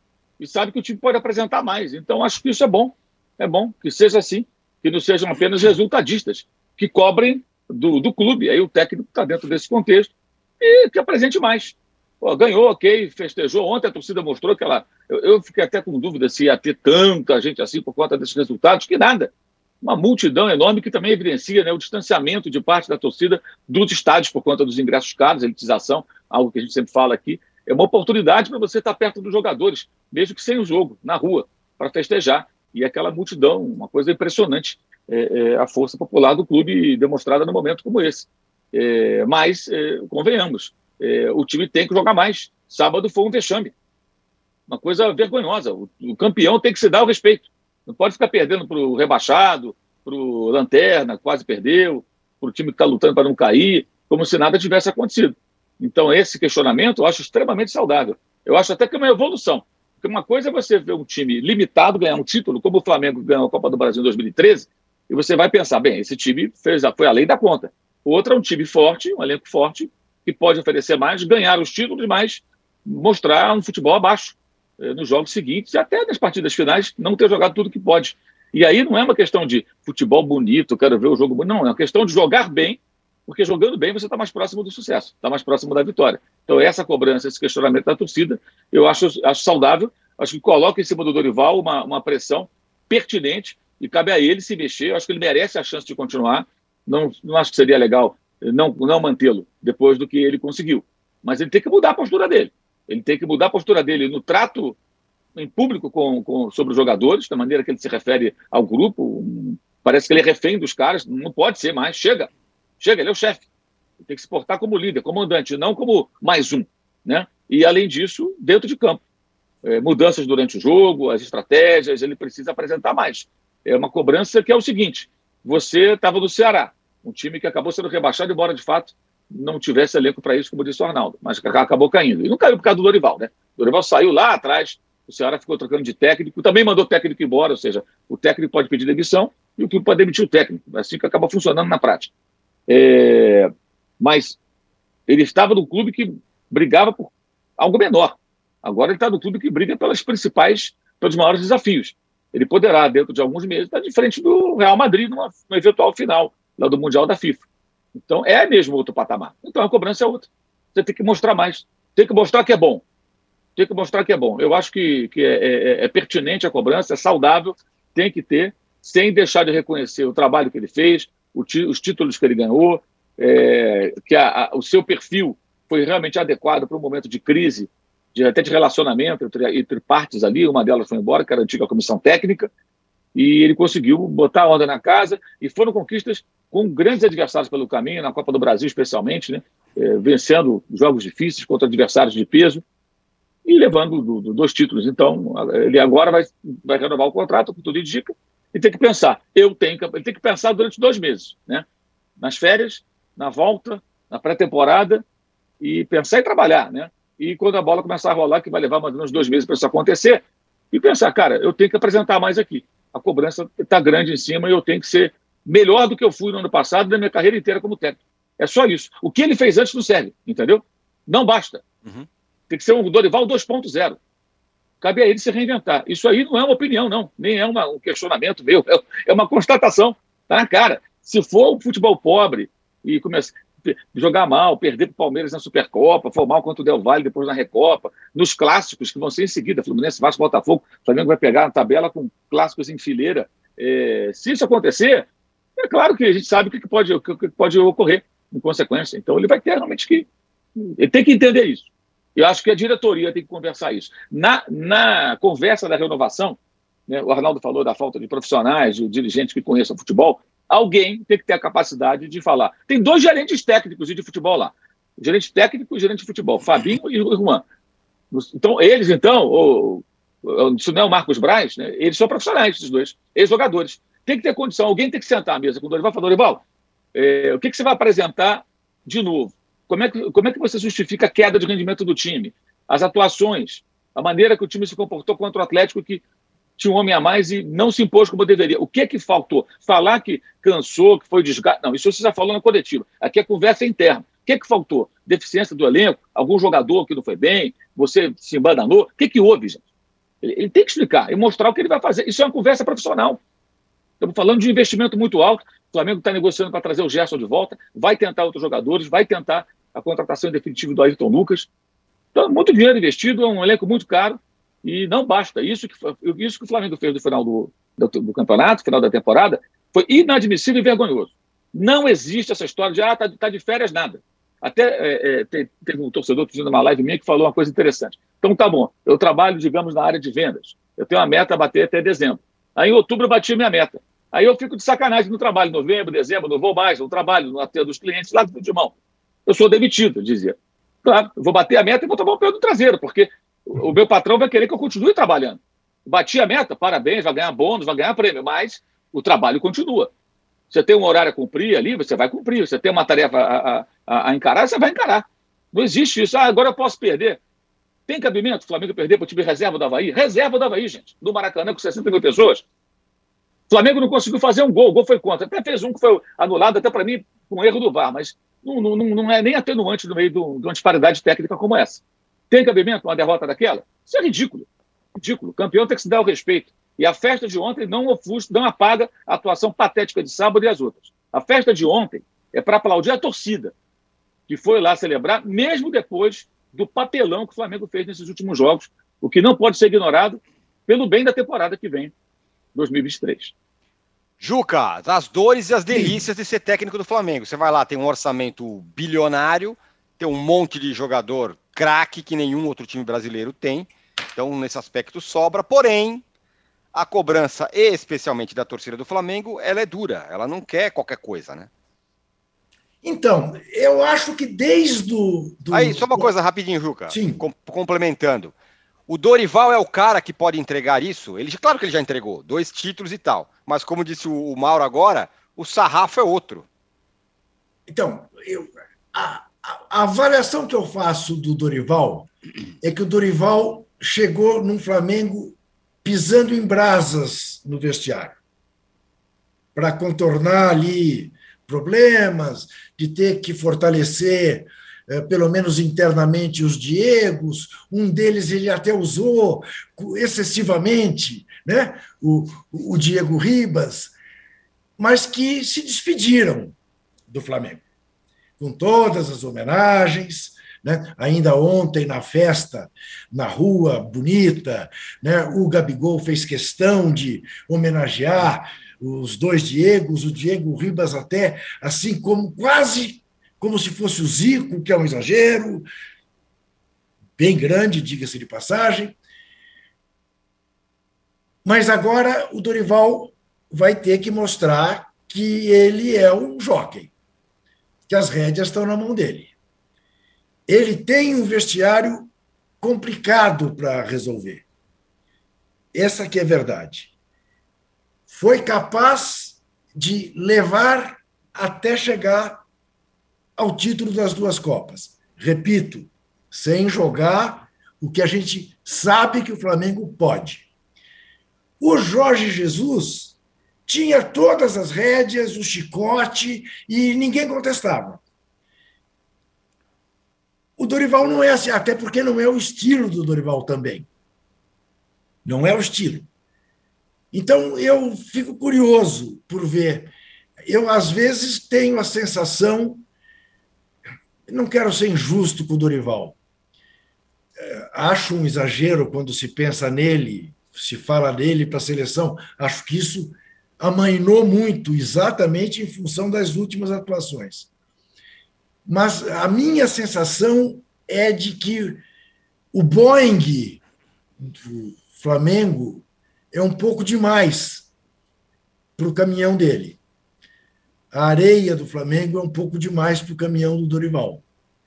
E sabe que o time pode apresentar mais. Então, acho que isso é bom. É bom que seja assim, que não sejam apenas resultadistas, que cobrem do, do clube. Aí o técnico está dentro desse contexto e que apresente mais. Pô, ganhou, ok, festejou. Ontem a torcida mostrou que ela... Eu, eu fiquei até com dúvida se ia ter tanta gente assim por conta desses resultados, que nada. Uma multidão enorme que também evidencia, né, o distanciamento de parte da torcida dos estádios por conta dos ingressos caros, a elitização, algo que a gente sempre fala aqui. É uma oportunidade para você estar perto dos jogadores, mesmo que sem o jogo, na rua, para festejar. E aquela multidão, uma coisa impressionante, é, é a força popular do clube demonstrada num momento como esse. É, mas, é, convenhamos, é, o time tem que jogar mais. Sábado foi um vexame. Uma coisa vergonhosa. O, o campeão tem que se dar o respeito. Não pode ficar perdendo para o rebaixado, para o lanterna, quase perdeu, para o time que está lutando para não cair, como se nada tivesse acontecido. Então, esse questionamento eu acho extremamente saudável. Eu acho até que é uma evolução. Porque uma coisa é você ver um time limitado ganhar um título, como o Flamengo ganhou a Copa do Brasil em dois mil e treze, e você vai pensar, bem, esse time fez, foi além da conta. O outro é um time forte, um elenco forte, que pode oferecer mais, ganhar os títulos, mas mostrar um futebol abaixo nos jogos seguintes e até nas partidas finais não ter jogado tudo que pode. E aí não é uma questão de futebol bonito, quero ver o jogo bonito, não, é uma questão de jogar bem, porque jogando bem você está mais próximo do sucesso, está mais próximo da vitória. Então essa cobrança, esse questionamento da torcida, eu acho, acho saudável, acho que coloca em cima do Dorival uma, uma pressão pertinente e cabe a ele se mexer, eu acho que ele merece a chance de continuar, não, não acho que seria legal não, não mantê-lo depois do que ele conseguiu. mas ele tem que mudar a postura dele. Ele tem que mudar a postura dele no trato em público com, com, sobre os jogadores, da maneira que ele se refere ao grupo. Parece que ele é refém dos caras, não pode ser mais. Chega, chega, ele é o chefe. Ele tem que se portar como líder, comandante, não como mais um, né? E, além disso, dentro de campo. É, mudanças durante o jogo, as estratégias, ele precisa apresentar mais. É uma cobrança que é o seguinte: você estava no Ceará, um time que acabou sendo rebaixado, embora, de fato, não tivesse elenco para isso, como disse o Arnaldo, mas acabou caindo. E não caiu por causa do Dorival, né? O Dorival saiu lá atrás, o Ceará ficou trocando de técnico, também mandou o técnico embora, ou seja, o técnico pode pedir demissão e o clube pode demitir o técnico. É assim que acaba funcionando na prática. É... Mas ele estava no clube que brigava por algo menor. Agora ele está no clube que briga pelas principais, pelos maiores desafios. Ele poderá, dentro de alguns meses, estar de frente do Real Madrid numa, numa eventual final lá do Mundial da FIFA. Então, é mesmo outro patamar. Então, a cobrança é outra. Você tem que mostrar mais. Tem que mostrar que é bom. Tem que mostrar que é bom. Eu acho que, que é, é, é pertinente a cobrança, é saudável, tem que ter, sem deixar de reconhecer o trabalho que ele fez, o ti, os títulos que ele ganhou, é, que a, a, o seu perfil foi realmente adequado para um momento de crise, de, até de relacionamento entre, entre partes ali. Uma delas foi embora, que era a antiga comissão técnica, e ele conseguiu botar a onda na casa, e foram conquistas com grandes adversários pelo caminho, na Copa do Brasil especialmente, né? É, vencendo jogos difíceis contra adversários de peso e levando do, do, dois títulos. Então, ele agora vai, vai renovar o contrato, como tudo indica, e tem que pensar. Eu tenho que, ele tem que pensar durante dois meses, né? Nas férias, na volta, na pré-temporada, e pensar e trabalhar, né? E quando a bola começar a rolar, que vai levar mais ou menos dois meses para isso acontecer, e pensar, cara, eu tenho que apresentar mais aqui. A cobrança está grande em cima e eu tenho que ser melhor do que eu fui no ano passado, na minha carreira inteira como técnico. É só isso. O que ele fez antes não serve, entendeu? Não basta. Uhum. Tem que ser um Dorival dois ponto zero. Cabe a ele se reinventar. Isso aí não é uma opinião, não. Nem é uma, um questionamento meu. É uma constatação. Está na cara. Se for um futebol pobre e começar a jogar mal, perder para o Palmeiras na Supercopa, for mal contra o Del Valle depois na Recopa, nos clássicos que vão ser em seguida, Fluminense, Vasco, Botafogo, o Flamengo vai pegar na tabela com clássicos em fileira. É, se isso acontecer, é claro que a gente sabe o que pode, o que pode ocorrer em consequência. Então ele vai ter realmente que... Ele tem que entender isso. Eu acho que a diretoria tem que conversar isso. Na, na conversa da renovação, né, o Arnaldo falou da falta de profissionais, de dirigentes que conheçam futebol, alguém tem que ter a capacidade de falar. Tem dois gerentes técnicos de futebol lá. O gerente técnico e o gerente de futebol, Fabinho e o Juan. Então, eles, então, ou, ou, se não é o Marcos Braz, né, eles são profissionais, esses dois, ex-jogadores. Tem que ter condição, alguém tem que sentar à mesa com o Dorival e falar, Dorival, é, o que, que você vai apresentar de novo? Como é, que, como é que você justifica a queda de rendimento do time? As atuações, a maneira que o time se comportou contra o Atlético, que tinha um homem a mais e não se impôs como deveria. O que é que faltou? Falar que cansou, que foi desgaste. Não, isso você já falou na coletiva. Aqui a conversa é interna. O que é que faltou? Deficiência do elenco? Algum jogador que não foi bem? Você se embananou? O que é que houve, gente? Ele, ele tem que explicar e mostrar o que ele vai fazer. Isso é uma conversa profissional. Estamos falando de um investimento muito alto. O Flamengo está negociando para trazer o Gerson de volta, vai tentar outros jogadores, vai tentar a contratação definitiva do Ayrton Lucas. Então, muito dinheiro investido, é um elenco muito caro e não basta. Isso que, isso que o Flamengo fez no final do, do, do campeonato, final da temporada, foi inadmissível e vergonhoso. Não existe essa história de, ah, tá, tá de férias, nada. Até é, é, teve um torcedor fazendo uma live minha que falou uma coisa interessante. Então, tá bom, eu trabalho, digamos, na área de vendas. Eu tenho uma meta a bater até dezembro. Aí, em outubro, eu bati a minha meta. Aí eu fico de sacanagem no trabalho, novembro, dezembro, não vou mais, não trabalho no atendo dos clientes lá do Timão. Eu sou demitido, eu dizia. Claro, eu vou bater a meta e vou tomar o pé do traseiro, porque o meu patrão vai querer que eu continue trabalhando. Bati a meta, parabéns, vai ganhar bônus, vai ganhar prêmio, mas o trabalho continua. Você tem um horário a cumprir ali, você vai cumprir. Você tem uma tarefa a, a, a encarar, você vai encarar. Não existe isso. Ah, agora eu posso perder. Tem cabimento o Flamengo perder para o time reserva do Avaí? Reserva do Avaí, gente. Do Maracanã, com sessenta mil pessoas. O Flamengo não conseguiu fazer um gol, o gol foi contra. Até fez um que foi anulado, até para mim, com um erro do V A R, mas não, não, não é nem atenuante no meio de uma disparidade técnica como essa. Tem cabimento uma derrota daquela? Isso é ridículo. Ridículo. O campeão tem que se dar o respeito. E a festa de ontem não ofusca, não apaga a atuação patética de sábado e as outras. A festa de ontem é para aplaudir a torcida, que foi lá celebrar, mesmo depois do papelão que o Flamengo fez nesses últimos jogos, o que não pode ser ignorado pelo bem da temporada que vem, dois mil e vinte e três. Juca, as dores e as delícias de ser técnico do Flamengo. Você vai lá, tem um orçamento bilionário, tem um monte de jogador craque que nenhum outro time brasileiro tem. Então, nesse aspecto, sobra. Porém, a cobrança, especialmente da torcida do Flamengo, ela é dura. Ela não quer qualquer coisa, né? Então, eu acho que desde o... Do... Aí, só uma coisa rapidinho, Juca. Sim. Com, complementando. O Dorival é o cara que pode entregar isso? Ele, claro que ele já entregou, dois títulos e tal. Mas, como disse o, o Mauro agora, o sarrafo é outro. Então, eu, a, a, a avaliação que eu faço do Dorival é que o Dorival chegou num Flamengo pisando em brasas no vestiário para contornar ali problemas, de ter que fortalecer, eh, pelo menos internamente, os Diegos. Um deles ele até usou excessivamente, né? o, o Diego Ribas, mas que se despediram do Flamengo, com todas as homenagens, né? Ainda ontem, na festa, na Rua Bonita, né? O Gabigol fez questão de homenagear os dois Diegos, o Diego Ribas até, assim como quase como se fosse o Zico, que é um exagero, bem grande, diga-se de passagem. Mas agora o Dorival vai ter que mostrar que ele é um jockey, que as rédeas estão na mão dele. Ele tem um vestiário complicado para resolver. Essa que é a verdade. Foi capaz de levar até chegar ao título das duas Copas. Repito, sem jogar o que a gente sabe que o Flamengo pode. O Jorge Jesus tinha todas as rédeas, o chicote, e ninguém contestava. O Dorival não é assim, até porque não é o estilo do Dorival também. Não é o estilo. Então, eu fico curioso por ver. Eu, às vezes, tenho a sensação, não quero ser injusto com o Dorival, acho um exagero quando se pensa nele, se fala nele para a seleção, acho que isso amainou muito, exatamente em função das últimas atuações. Mas a minha sensação é de que o Boeing do Flamengo é um pouco demais para o caminhão dele. A areia do Flamengo é um pouco demais para o caminhão do Dorival.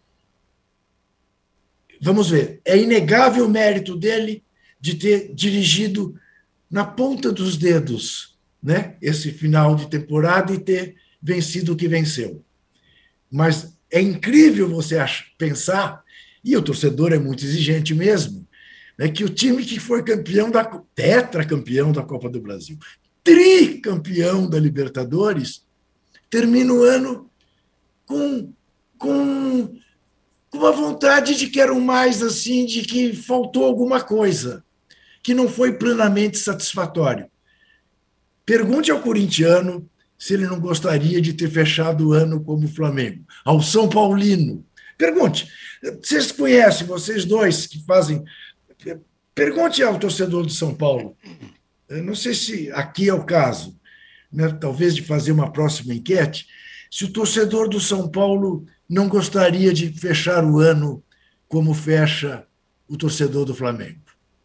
Vamos ver. É inegável o mérito dele de ter dirigido na ponta dos dedos, né, esse final de temporada e ter vencido o que venceu. Mas é incrível você pensar, e o torcedor é muito exigente mesmo, né, que o time que foi campeão da tetracampeão da Copa do Brasil, tricampeão da Libertadores, termina o ano com, com, com uma vontade de quero mais, assim, de que faltou alguma coisa, que não foi plenamente satisfatório. Pergunte ao corintiano se ele não gostaria de ter fechado o ano como o Flamengo. Ao São Paulino. Pergunte. Vocês conhecem, vocês dois que fazem... Pergunte ao torcedor de São Paulo. Eu não sei se aqui é o caso, né, talvez de fazer uma próxima enquete, se o torcedor do São Paulo não gostaria de fechar o ano como fecha o torcedor do Flamengo.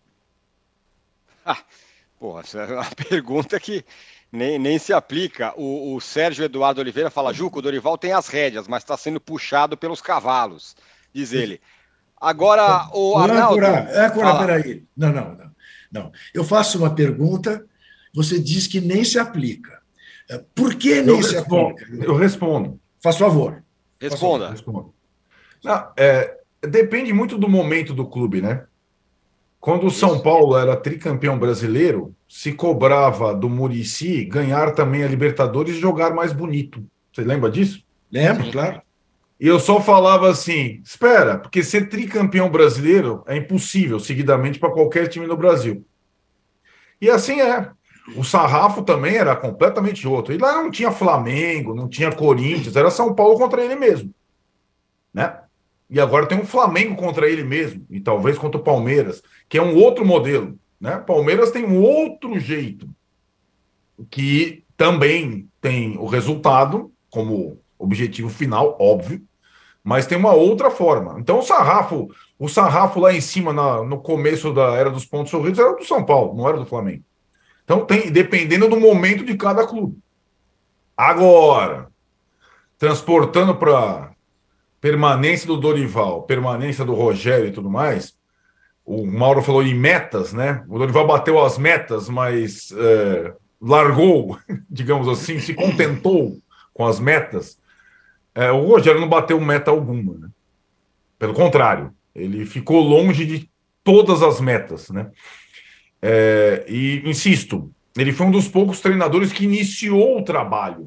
Ah, porra, essa é uma pergunta que nem, nem se aplica. O, o Sérgio Eduardo Oliveira fala, Juca, o Dorival tem as rédeas, mas está sendo puxado pelos cavalos, diz ele. Agora, o Arnaldo... É, Cura, peraí. Não, não, não, não. Eu faço uma pergunta, você diz que nem se aplica. Por que nem eu se respondo, aplica? Eu respondo. Faz favor. Responda. Respondo. Não, é, depende muito do momento do clube, né? Quando o São Paulo era tricampeão brasileiro, se cobrava do Muricy ganhar também a Libertadores e jogar mais bonito. Você lembra disso? Lembro, Sim. claro. E eu só falava assim, espera, porque ser tricampeão brasileiro é impossível, seguidamente, para qualquer time no Brasil. E assim é. O sarrafo também era completamente outro. E lá não tinha Flamengo, não tinha Corinthians, era São Paulo contra ele mesmo. Né? E agora tem um Flamengo contra ele mesmo, e talvez contra o Palmeiras, que é um outro modelo. Né? Palmeiras tem um outro jeito, que também tem o resultado como objetivo final, óbvio, mas tem uma outra forma. Então o sarrafo, o sarrafo lá em cima, na, no começo da era dos pontos corridos, era do São Paulo, não era do Flamengo. Então tem, dependendo do momento de cada clube. Agora, transportando para permanência do Dorival, permanência do Rogério e tudo mais, o Mauro falou em metas, né? O Dorival bateu as metas, mas é, largou, digamos assim, se contentou com as metas. É, o Rogério não bateu meta alguma, né? Pelo contrário, ele ficou longe de todas as metas, né? É, e, insisto, ele foi um dos poucos treinadores que iniciou o trabalho.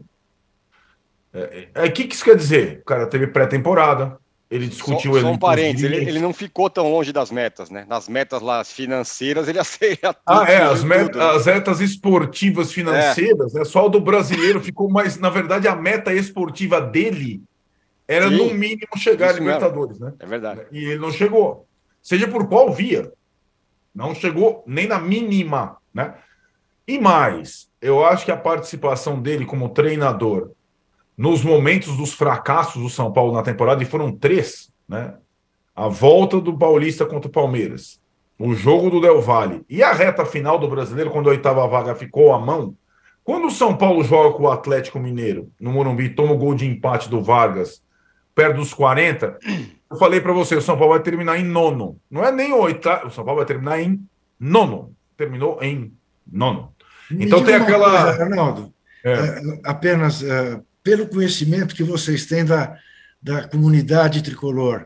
O é, é, que, que isso quer dizer? O cara teve pré-temporada, ele discutiu... Só, só um parênteses, ele, ele não ficou tão longe das metas, né? Nas metas lá as financeiras, ele aceita tudo. Ah, é, as, met tudo, né? as metas esportivas financeiras, é. né? Só o do brasileiro ficou mais... Na verdade, a meta esportiva dele era, Sim, no mínimo, chegar a Libertadores, mesmo. né? É verdade. E ele não chegou. Seja por qual via. Não chegou nem na mínima, né? E mais, eu acho que a participação dele como treinador nos momentos dos fracassos do São Paulo na temporada, e foram três, né? A volta do Paulista contra o Palmeiras, o jogo do Del Valle e a reta final do Brasileiro, quando a oitava vaga ficou à mão. Quando o São Paulo joga com o Atlético Mineiro no Morumbi, toma o gol de empate do Vargas, perto dos quarenta, eu falei para você, o São Paulo vai terminar em nono. Não é nem o oitavo, o São Paulo vai terminar em nono. Terminou em nono. Me então tem aquela... Coisa, Arnaldo, é. uh, apenas uh, pelo conhecimento que vocês têm da, da comunidade tricolor.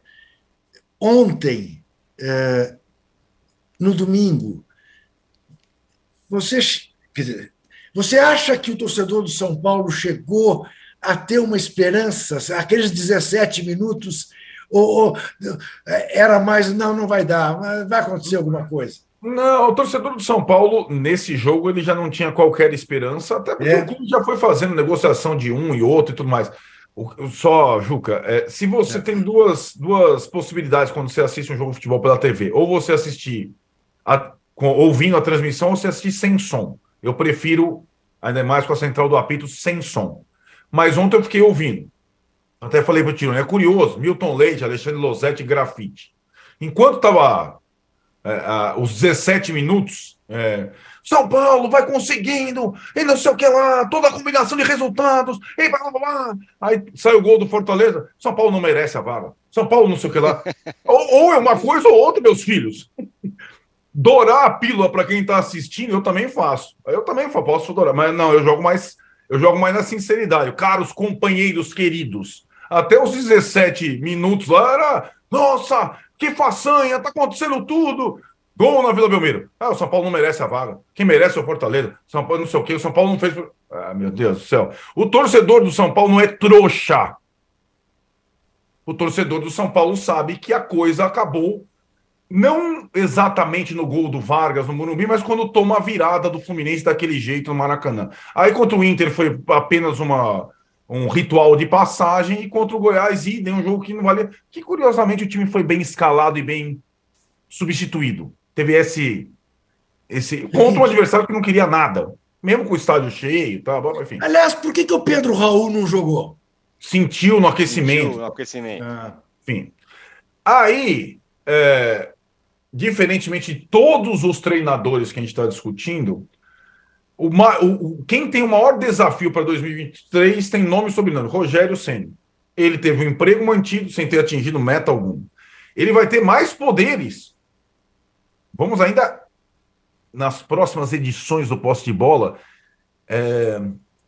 Ontem, uh, no domingo, você, quer dizer, você acha que o torcedor do São Paulo chegou a ter uma esperança, aqueles dezessete minutos, ou, ou era mais, não, não vai dar, vai acontecer alguma coisa? Não, o torcedor do São Paulo, nesse jogo, ele já não tinha qualquer esperança, até porque é. o clube já foi fazendo negociação de um e outro e tudo mais. O, só, Juca, é, se você é. tem duas, duas possibilidades quando você assiste um jogo de futebol pela T V, ou você assistir a, com, ouvindo a transmissão, ou você assistir sem som. Eu prefiro, ainda mais com a central do apito, sem som. Mas ontem eu fiquei ouvindo. Até falei para o Tiro, é curioso, Milton Leite, Alexandre Losetti, grafite. Enquanto estava é, é, os dezessete minutos, é, São Paulo vai conseguindo, e não sei o que lá, toda a combinação de resultados, e blá, blá, blá. Aí sai o gol do Fortaleza, São Paulo não merece a vaga, São Paulo não sei o que lá. ou, ou é uma coisa ou outra, meus filhos. Dourar a pílula para quem está assistindo, eu também faço. Eu também posso dourar, mas não, eu jogo mais... Eu jogo mais na sinceridade. Caros companheiros queridos, até os dezessete minutos lá era, nossa, que façanha, tá acontecendo tudo. Gol na Vila Belmiro. Ah, o São Paulo não merece a vaga. Quem merece é o Fortaleza. São Paulo não sei o quê, o São Paulo não fez... Ah, meu Deus do céu. O torcedor do São Paulo não é trouxa. O torcedor do São Paulo sabe que a coisa acabou, não exatamente no gol do Vargas, no Morumbi, mas quando toma a virada do Fluminense daquele jeito no Maracanã. Aí contra o Inter foi apenas uma, um ritual de passagem, e contra o Goiás, idem, um jogo que não valia... Que, curiosamente, o time foi bem escalado e bem substituído. Teve esse... esse contra um adversário que não queria nada. Mesmo com o estádio cheio, tá, enfim. Aliás, por que, que o Pedro Raul não jogou? Sentiu no aquecimento. Sentiu no aquecimento. Ah. Enfim. Aí... É... diferentemente de todos os treinadores que a gente está discutindo, o, o, quem tem o maior desafio para dois mil e vinte e três tem nome e sobrenome, Rogério Ceni. Ele teve um emprego mantido sem ter atingido meta alguma. Ele vai ter mais poderes. Vamos ainda, nas próximas edições do Posse de Bola, é,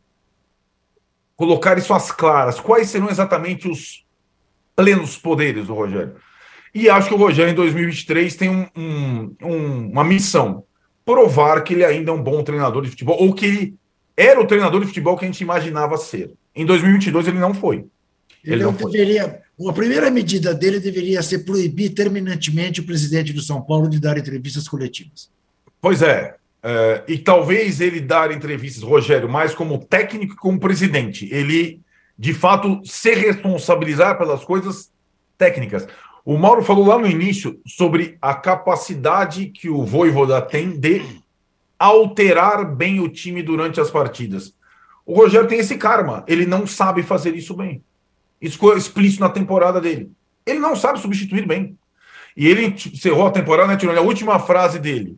colocar isso às claras. Quais serão exatamente os plenos poderes do Rogério? E acho que o Rogério, em dois mil e vinte e três, tem um, um, um, uma missão: provar que ele ainda é um bom treinador de futebol, ou que ele era o treinador de futebol que a gente imaginava ser. Em dois mil e vinte e dois, ele não foi. Ele, ele não deveria. Foi. A primeira medida dele deveria ser proibir terminantemente o presidente do São Paulo de dar entrevistas coletivas. Pois é. é e talvez ele dar entrevistas, Rogério, mais como técnico que como presidente. Ele, de fato, se responsabilizar pelas coisas técnicas. O Mauro falou lá no início sobre a capacidade que o Vojvoda tem de alterar bem o time durante as partidas. O Rogério tem esse karma, ele não sabe fazer isso bem. Isso ficou explícito na temporada dele. Ele não sabe substituir bem. E ele encerrou a temporada, né, Tirone? A última frase dele.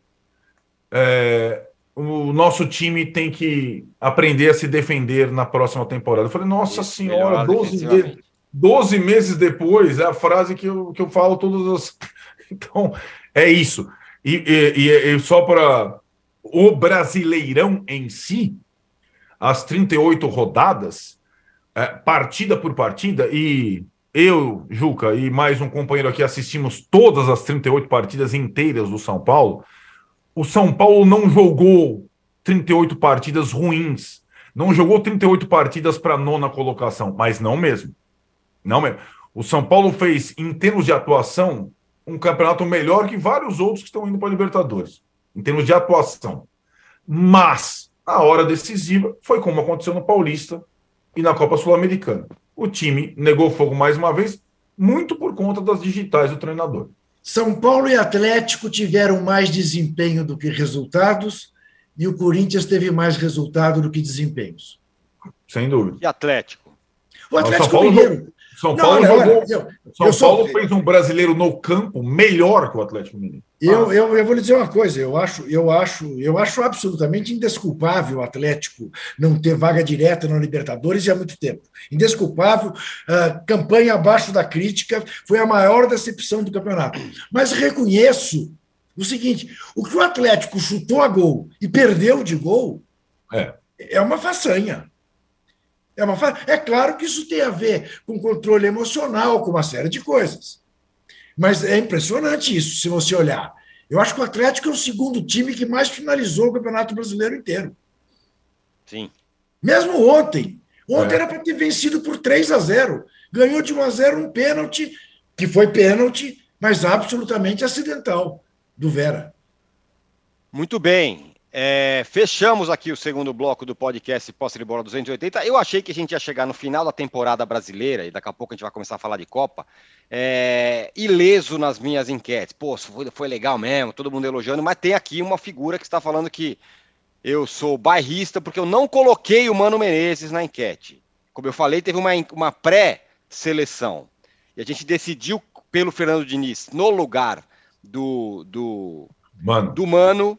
É, o nosso time tem que aprender a se defender na próxima temporada. Eu falei, nossa Isso, senhora, doze meses, doze meses depois, é a frase que eu, que eu falo todas as... Então, é isso. E, e, e só para o Brasileirão em si, as trinta e oito rodadas, é, partida por partida, e eu, Juca, e mais um companheiro aqui assistimos todas as trinta e oito partidas inteiras do São Paulo. O São Paulo não jogou trinta e oito partidas ruins, não jogou trinta e oito partidas para a nona colocação, mas não mesmo. Não mesmo. O São Paulo fez, em termos de atuação, um campeonato melhor que vários outros que estão indo para a Libertadores, em termos de atuação. Mas, a hora decisiva foi como aconteceu no Paulista e na Copa Sul-Americana. O time negou fogo mais uma vez, muito por conta das digitais do treinador. São Paulo e Atlético tiveram mais desempenho do que resultados e o Corinthians teve mais resultado do que desempenhos. Sem dúvida. E Atlético? O Atlético São Paulo Mineiro. São Paulo, não, olha, jogou, olha, eu, São eu sou, Paulo fez um brasileiro no campo melhor que o Atlético Mineiro. Eu, eu, eu vou lhe dizer uma coisa, eu acho, eu, acho, eu acho absolutamente indesculpável o Atlético não ter vaga direta na Libertadores há muito tempo. Indesculpável, uh, campanha abaixo da crítica, foi a maior decepção do campeonato. Mas reconheço o seguinte, o que o Atlético chutou a gol e perdeu de gol é, é uma façanha. É, uma fa... é claro que isso tem a ver com controle emocional, com uma série de coisas. Mas é impressionante isso, se você olhar. Eu acho que o Atlético é o segundo time que mais finalizou o Campeonato Brasileiro inteiro. Sim. Mesmo ontem. Ontem é. era para ter vencido por três a zero. Ganhou de um a zero um pênalti, que foi pênalti, mas absolutamente acidental, do Vera. Muito bem. É, fechamos aqui o segundo bloco do podcast Posse de Bola duzentos e oitenta. Eu achei que a gente ia chegar no final da temporada brasileira, e daqui a pouco a gente vai começar a falar de Copa, é, ileso nas minhas enquetes. Pô, foi, foi legal mesmo, todo mundo elogiando, mas tem aqui uma figura que está falando que eu sou bairrista porque eu não coloquei o Mano Menezes na enquete. Como eu falei, teve uma, uma pré-seleção, e a gente decidiu pelo Fernando Diniz no lugar do, do, Mano. do Mano,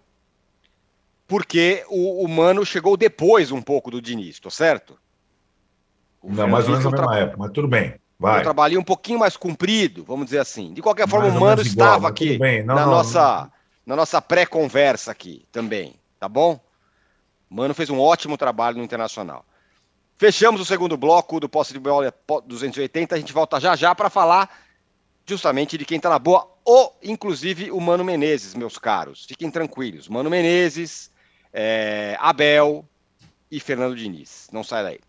porque o, o Mano chegou depois um pouco do Diniz, tô certo? O Não, mais ou menos na tra... mesma época, mas tudo bem, vai. Eu trabalhei um pouquinho mais comprido, vamos dizer assim. De qualquer forma, mais o Mano estava igual, aqui não, na, não, nossa, não. na nossa pré-conversa aqui também, tá bom? O Mano fez um ótimo trabalho no Internacional. Fechamos o segundo bloco do Posse de Bola duzentos e oitenta, a gente volta já já para falar justamente de quem tá na boa, ou inclusive o Mano Menezes, meus caros. Fiquem tranquilos, Mano Menezes... É, Abel e Fernando Diniz. Não sai daí.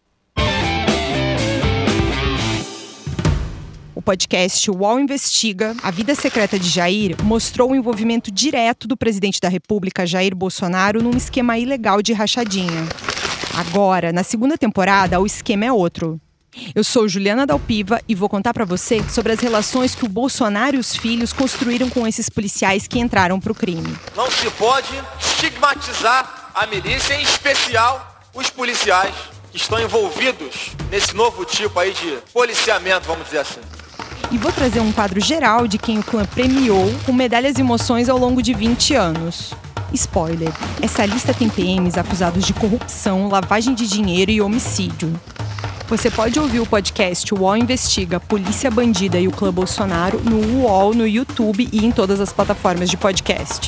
O podcast U O L Investiga, A Vida Secreta de Jair, mostrou o envolvimento direto do presidente da República, Jair Bolsonaro, num esquema ilegal de rachadinha. Agora, na segunda temporada, o esquema é outro. Eu sou Juliana Dalpiva e vou contar pra você sobre as relações que o Bolsonaro e os filhos construíram com esses policiais que entraram pro crime. Não se pode estigmatizar a milícia, em especial os policiais que estão envolvidos nesse novo tipo aí de policiamento, vamos dizer assim. E vou trazer um quadro geral de quem o clã premiou com medalhas e emoções ao longo de vinte anos. Spoiler, essa lista tem P Ms acusados de corrupção, lavagem de dinheiro e homicídio. Você pode ouvir o podcast U O L Investiga, Polícia Bandida e o Clã Bolsonaro no U O L, no YouTube e em todas as plataformas de podcast.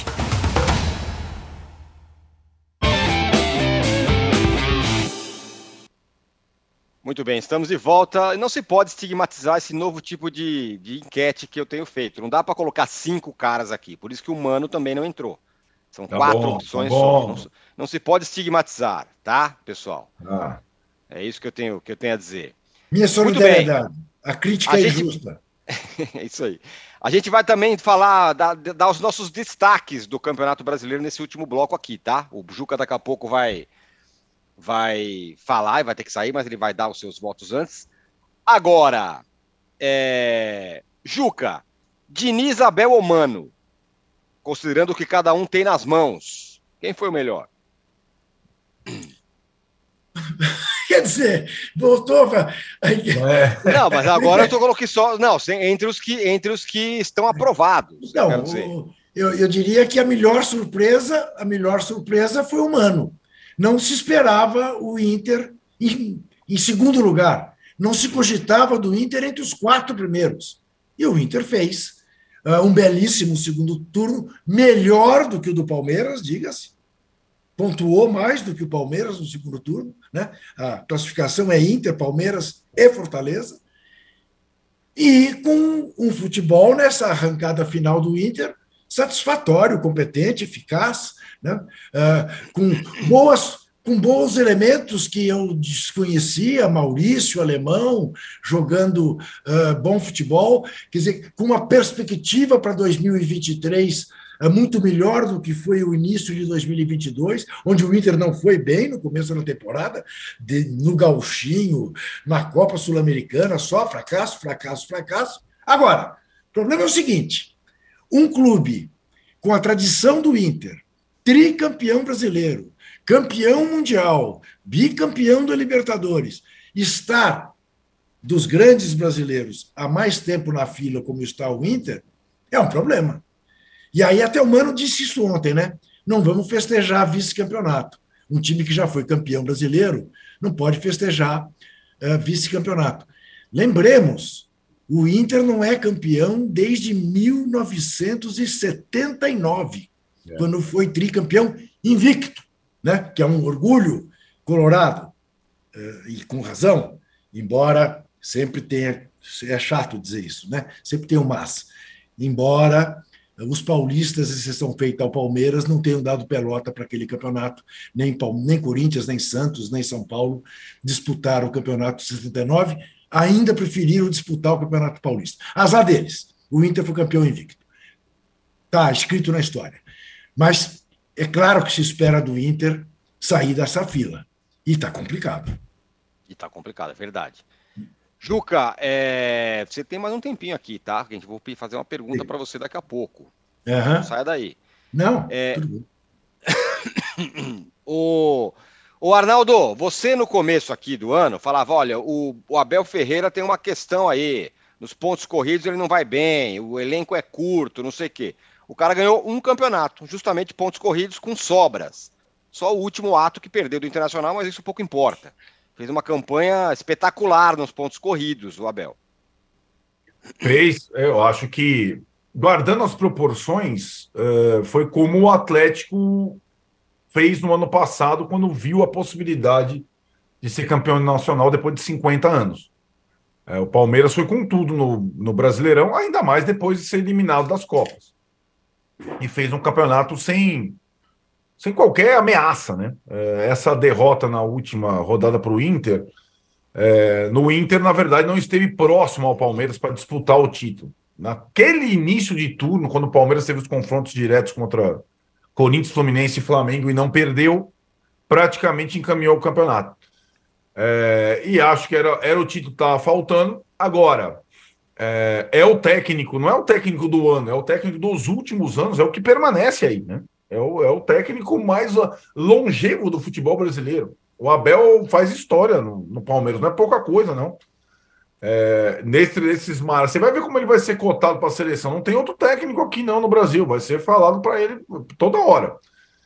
Muito bem, estamos de volta. Não se pode estigmatizar esse novo tipo de, de enquete que eu tenho feito. Não dá para colocar cinco caras aqui, por isso que o Mano também não entrou. São tá quatro bom, opções tá só. Não, não se pode estigmatizar, tá, pessoal? Ah. É isso que eu tenho, que eu tenho a dizer. Minha solidariedade. A crítica a é gente... justa. É isso aí. A gente vai também falar, dar, dar os nossos destaques do Campeonato Brasileiro nesse último bloco aqui, tá? O Juca daqui a pouco vai, vai falar e vai ter que sair, mas ele vai dar os seus votos antes. Agora, é... Juca, Diniz, Abel ou Mano? Considerando o que cada um tem nas mãos, quem foi o melhor? Quer dizer, voltou para. É. Não, mas agora eu coloquei só. Não, entre os que, entre os que estão aprovados. Não, eu, eu, eu diria que a melhor surpresa, a melhor surpresa foi o Mano. Não se esperava o Inter em, em segundo lugar. Não se cogitava do Inter entre os quatro primeiros. E o Inter fez uh, um belíssimo segundo turno, melhor do que o do Palmeiras, diga-se. Pontuou mais do que o Palmeiras no segundo turno, né? A classificação é Inter, Palmeiras e Fortaleza. E com um futebol nessa arrancada final do Inter satisfatório, competente, eficaz, né? uh, com, boas, com bons elementos que eu desconhecia, Maurício, Alemão, jogando uh, bom futebol, quer dizer, com uma perspectiva para dois mil e vinte e três uh, muito melhor do que foi o início de dois mil e vinte e dois, onde o Inter não foi bem no começo da temporada, de, no Gauchinho, na Copa Sul-Americana, só fracasso, fracasso, fracasso. Agora, o problema é o seguinte: um clube com a tradição do Inter, tricampeão brasileiro, campeão mundial, bicampeão da Libertadores, estar dos grandes brasileiros há mais tempo na fila como está o Inter, é um problema. E aí até o Mano disse isso ontem, né? Não vamos festejar vice-campeonato. Um time que já foi campeão brasileiro não pode festejar uh, vice-campeonato. Lembremos, o Inter não é campeão desde mil novecentos e setenta e nove, é. quando foi tricampeão invicto, né? Que é um orgulho colorado, e com razão, embora sempre tenha, é chato dizer isso, né? Sempre tem um mas. Embora os paulistas, exceção feita ao Palmeiras, não tenham dado pelota para aquele campeonato, nem, nem Corinthians, nem Santos, nem São Paulo disputaram o campeonato de setenta e nove, ainda preferiram disputar o Campeonato Paulista. Azar deles. O Inter foi campeão invicto. Está escrito na história. Mas é claro que se espera do Inter sair dessa fila. E está complicado. E está complicado, é verdade. Juca, é... você tem mais um tempinho aqui, tá? A gente vou fazer uma pergunta para você daqui a pouco. Uhum. Não saia daí. Não, é... tudo bem. o... Ô Arnaldo, você no começo aqui do ano falava, olha, o, o Abel Ferreira tem uma questão aí, nos pontos corridos ele não vai bem, o elenco é curto, não sei o quê. O cara ganhou um campeonato, justamente pontos corridos com sobras. Só o último ato que perdeu do Internacional, mas isso pouco importa. Fez uma campanha espetacular nos pontos corridos, o Abel. Fez, eu acho que, guardando as proporções, uh, foi como o Atlético fez no ano passado, quando viu a possibilidade de ser campeão nacional depois de cinquenta anos. É, o Palmeiras foi com tudo no, no Brasileirão, ainda mais depois de ser eliminado das Copas. E fez um campeonato sem, sem qualquer ameaça, né? É, essa derrota na última rodada para o Inter, é, no Inter, na verdade, não esteve próximo ao Palmeiras para disputar o título. Naquele início de turno, quando o Palmeiras teve os confrontos diretos contra Corinthians, Fluminense e Flamengo e não perdeu, praticamente encaminhou o campeonato. É, e acho que era, era o título que estava faltando. Agora, é, é o técnico, não é o técnico do ano, é o técnico dos últimos anos, é o que permanece aí, né? É o, é o técnico mais longevo do futebol brasileiro. O Abel faz história no, no Palmeiras, não é pouca coisa, não. É, nesse, nesses mares, você vai ver como ele vai ser cotado para a seleção. Não tem outro técnico aqui não no Brasil, vai ser falado para ele toda hora.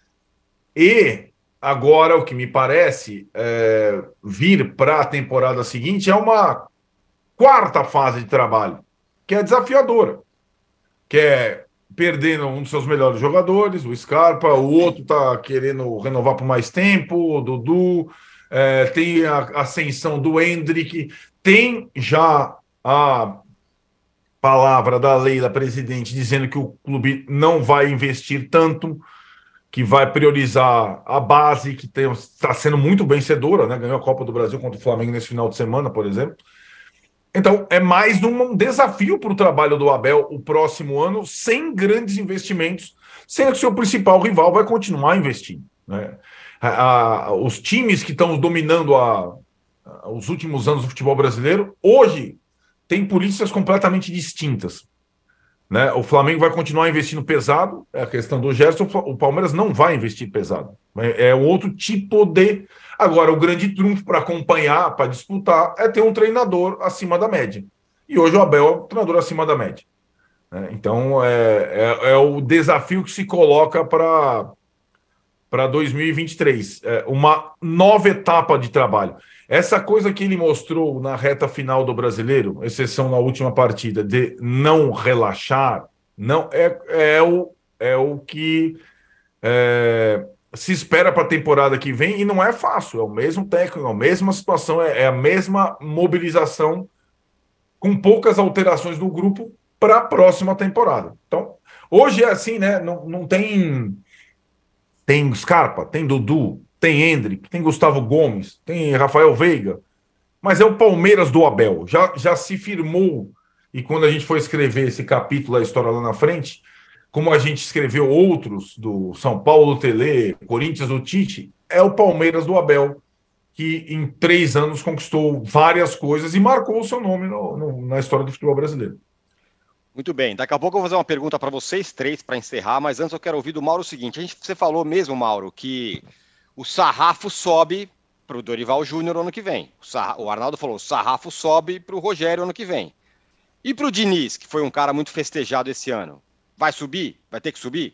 E agora o que me parece é, vir para a temporada seguinte é uma quarta fase de trabalho, que é desafiadora, que é perdendo um dos seus melhores jogadores, o Scarpa, o outro está querendo renovar por mais tempo, o Dudu, é, tem a ascensão do Endrick. Tem já a palavra da Leila, presidente, dizendo que o clube não vai investir tanto, que vai priorizar a base, que está sendo muito vencedora, né? Ganhou a Copa do Brasil contra o Flamengo nesse final de semana, por exemplo. Então, é mais um desafio para o trabalho do Abel o próximo ano, sem grandes investimentos, sendo que o seu principal rival vai continuar investindo, né? A, a, os times que estão dominando a os últimos anos do futebol brasileiro, hoje tem polícias completamente distintas. Né? O Flamengo vai continuar investindo pesado, é a questão do Gerson, o Palmeiras não vai investir pesado. É outro tipo de... Agora, o grande trunfo para acompanhar, para disputar, é ter um treinador acima da média. E hoje o Abel é um treinador acima da média. Então, é, é, é o desafio que se coloca para para dois mil e vinte e três. É uma nova etapa de trabalho. Essa coisa que ele mostrou na reta final do Brasileiro, exceção na última partida, de não relaxar, não é, é, o, é o que é, se espera para a temporada que vem, e não é fácil. É o mesmo técnico, é a mesma situação, é, é a mesma mobilização, com poucas alterações no grupo para a próxima temporada. Então, hoje é assim, né? Não, não tem... Tem Scarpa, tem Dudu, tem Endrick, tem Gustavo Gomes, tem Rafael Veiga, mas é o Palmeiras do Abel. Já, já se firmou, e quando a gente for escrever esse capítulo da história lá na frente, como a gente escreveu outros do São Paulo do Tele, Corinthians do Tite, é o Palmeiras do Abel, que em três anos conquistou várias coisas e marcou o seu nome no, no, na história do futebol brasileiro. Muito bem, daqui a pouco eu vou fazer uma pergunta para vocês três para encerrar, mas antes eu quero ouvir do Mauro o seguinte: a gente, você falou mesmo, Mauro, que o sarrafo sobe para o Dorival Júnior ano que vem. O, sarra, o Arnaldo falou, o sarrafo sobe para o Rogério ano que vem. E para o Diniz, que foi um cara muito festejado esse ano, vai subir? Vai ter que subir?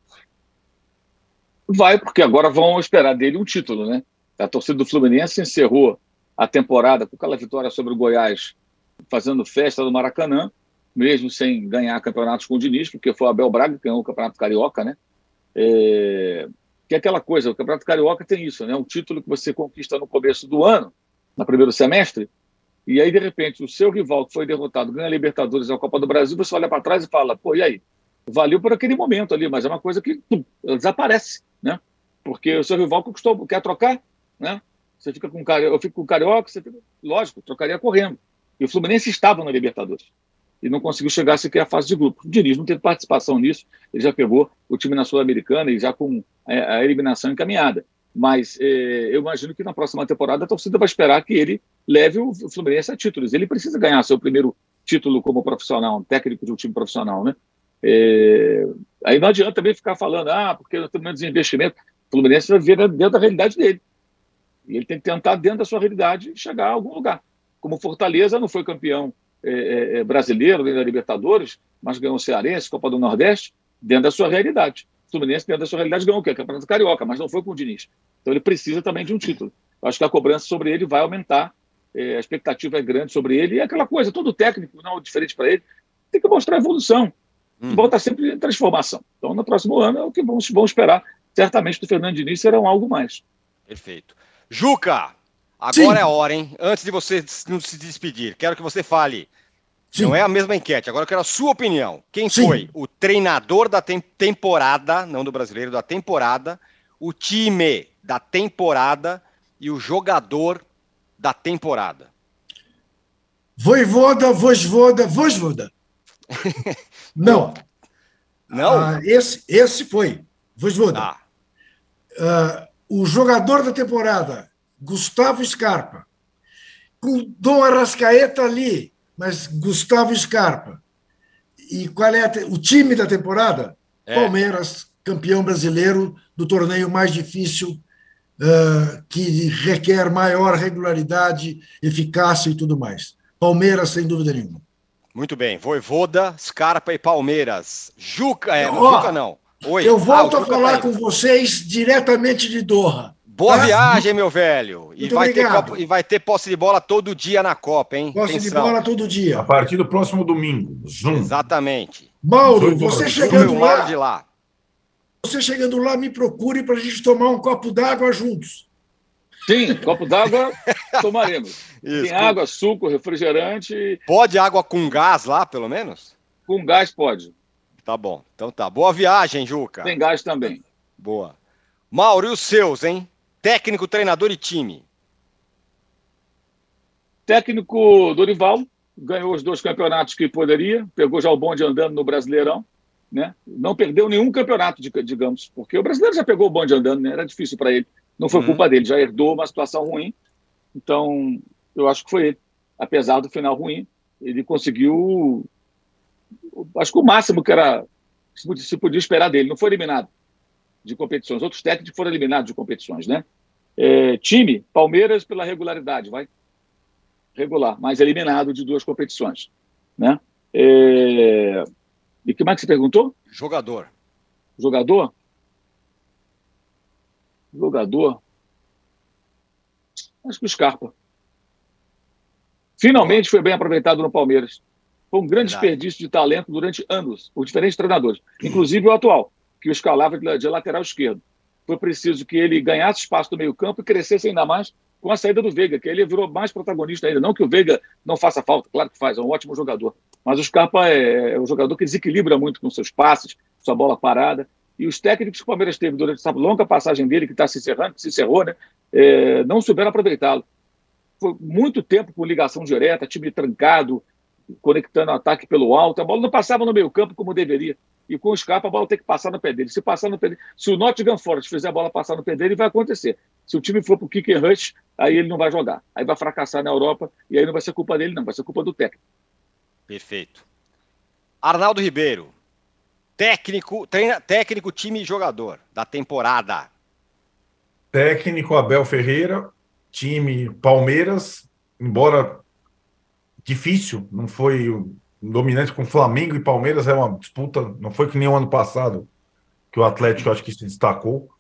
Vai, porque agora vão esperar dele um título, né? A torcida do Fluminense encerrou a temporada com aquela vitória sobre o Goiás, fazendo festa no Maracanã, mesmo sem ganhar campeonatos com o Diniz, porque foi o Abel Braga que ganhou o Campeonato Carioca, né? É... Que é aquela coisa, o Campeonato Carioca tem isso, né? Um título que você conquista no começo do ano, no primeiro semestre, e aí, de repente, o seu rival que foi derrotado ganha a Libertadores e a Copa do Brasil, você olha para trás e fala, pô, e aí? Valeu por aquele momento ali, mas é uma coisa que tum, desaparece, né? Porque o seu rival conquistou, quer trocar, né? Você fica com Carioca, eu fico com o Carioca, você fica... lógico, trocaria correndo. E o Fluminense estava na Libertadores e não conseguiu chegar sequer à fase de grupo. O Diniz não teve participação nisso, ele já pegou o time na Sul-Americana e já com a eliminação encaminhada. Mas eh, eu imagino que na próxima temporada a torcida vai esperar que ele leve o Fluminense a títulos. Ele precisa ganhar seu primeiro título como profissional, um técnico de um time profissional, né? É... Aí não adianta também ficar falando, ah, porque nós temos menos investimento. O Fluminense vai ver dentro da realidade dele. E ele tem que tentar, dentro da sua realidade, chegar a algum lugar. Como Fortaleza não foi campeão é, é, brasileiro, nem da Libertadores, mas ganhou o Cearense, Copa do Nordeste, dentro da sua realidade. O Fluminense, dentro da sua realidade, ganhou o quê? Campeonato Carioca, mas não foi com o Diniz. Então ele precisa também de um título. Eu acho que a cobrança sobre ele vai aumentar, é, a expectativa é grande sobre ele, e é aquela coisa, todo técnico, não diferente para ele, tem que mostrar evolução. O futebol está sempre em transformação. Então, no próximo ano, é o que vamos, vamos esperar. Certamente, do Fernando Diniz serão algo mais. Perfeito. Juca, agora Sim. é a hora, hein? Antes de você se despedir, quero que você fale. Sim. Não é a mesma enquete, agora eu quero a sua opinião. Quem Sim. foi o treinador da tem- temporada, não do brasileiro, da temporada, o time da temporada e o jogador da temporada? Voivoda, Vojvoda, Vojvoda. Não. Não? Ah, esse, esse foi. Vojvoda. Ah. Ah, o jogador da temporada, Gustavo Scarpa. Com Dom Arrascaeta ali, mas Gustavo Scarpa. E qual é a te... o time da temporada? É. Palmeiras, campeão brasileiro do torneio mais difícil, uh, que requer maior regularidade, eficácia e tudo mais. Palmeiras, sem dúvida nenhuma. Muito bem. Voivoda, Scarpa e Palmeiras. Juca, é, não, Juca não. Oi. Eu volto ah, a falar tá com vocês diretamente de Doha. Boa tá? viagem, meu velho. E vai, ter Copa, e vai ter posse de bola todo dia na Copa, hein? Posse Atenção. de bola todo dia. A partir do próximo domingo. Zoom. Exatamente. Mauro, você chegando Zoom, lá, de lá. Você chegando lá, me procure para a gente tomar um copo d'água juntos. Sim, copo d'água tomaremos. Isso, Tem com... água, suco, refrigerante. Pode água com gás lá, pelo menos? Com gás pode. Tá bom. Então tá. Boa viagem, Juca. Tem gás também. Boa. Mauro, e os seus, hein? Técnico, treinador e time. Técnico Dorival, ganhou os dois campeonatos que poderia, pegou já o bonde andando no Brasileirão, né? Não perdeu nenhum campeonato, digamos, porque o brasileiro já pegou o bonde andando, né? Era difícil para ele. Não foi uhum. culpa dele, já herdou uma situação ruim. Então, eu acho que foi ele. Apesar do final ruim, ele conseguiu acho que o máximo que era se podia esperar dele. Não foi eliminado de competições. Outros técnicos foram eliminados de competições, né? É, time, Palmeiras pela regularidade, vai regular, mas eliminado de duas competições, né? É... E que mais que você perguntou? Jogador. Jogador? Jogador? Acho que o Scarpa. Finalmente foi bem aproveitado no Palmeiras. Foi um grande Verdade. desperdício de talento durante anos, por diferentes treinadores, inclusive o atual, que o escalava de lateral esquerdo. Foi preciso que ele ganhasse espaço no meio-campo e crescesse ainda mais com a saída do Veiga, que ele virou mais protagonista ainda. Não que o Veiga não faça falta, claro que faz, é um ótimo jogador. Mas o Scarpa é, é um jogador que desequilibra muito com seus passes, sua bola parada. E os técnicos que o Palmeiras teve durante essa longa passagem dele, que está se encerrando, que se encerrou, né, é, não souberam aproveitá-lo. Foi muito tempo com ligação direta, time trancado, conectando o ataque pelo alto. A bola não passava no meio-campo como deveria. E com o Scarpa, a bola tem que passar no pé dele. Se passar no pé dele, se o Nottingham Forest fizer a bola passar no pé dele, vai acontecer. Se o time for para o kick and rush, aí ele não vai jogar. Aí vai fracassar na Europa e aí não vai ser culpa dele, não. Vai ser culpa do técnico. Perfeito. Arnaldo Ribeiro, técnico, treina, técnico, time e jogador da temporada. Técnico Abel Ferreira, time Palmeiras, embora difícil, não foi dominante com Flamengo e Palmeiras, é uma disputa, não foi que nem o ano passado, que o Atlético acho que se destacou.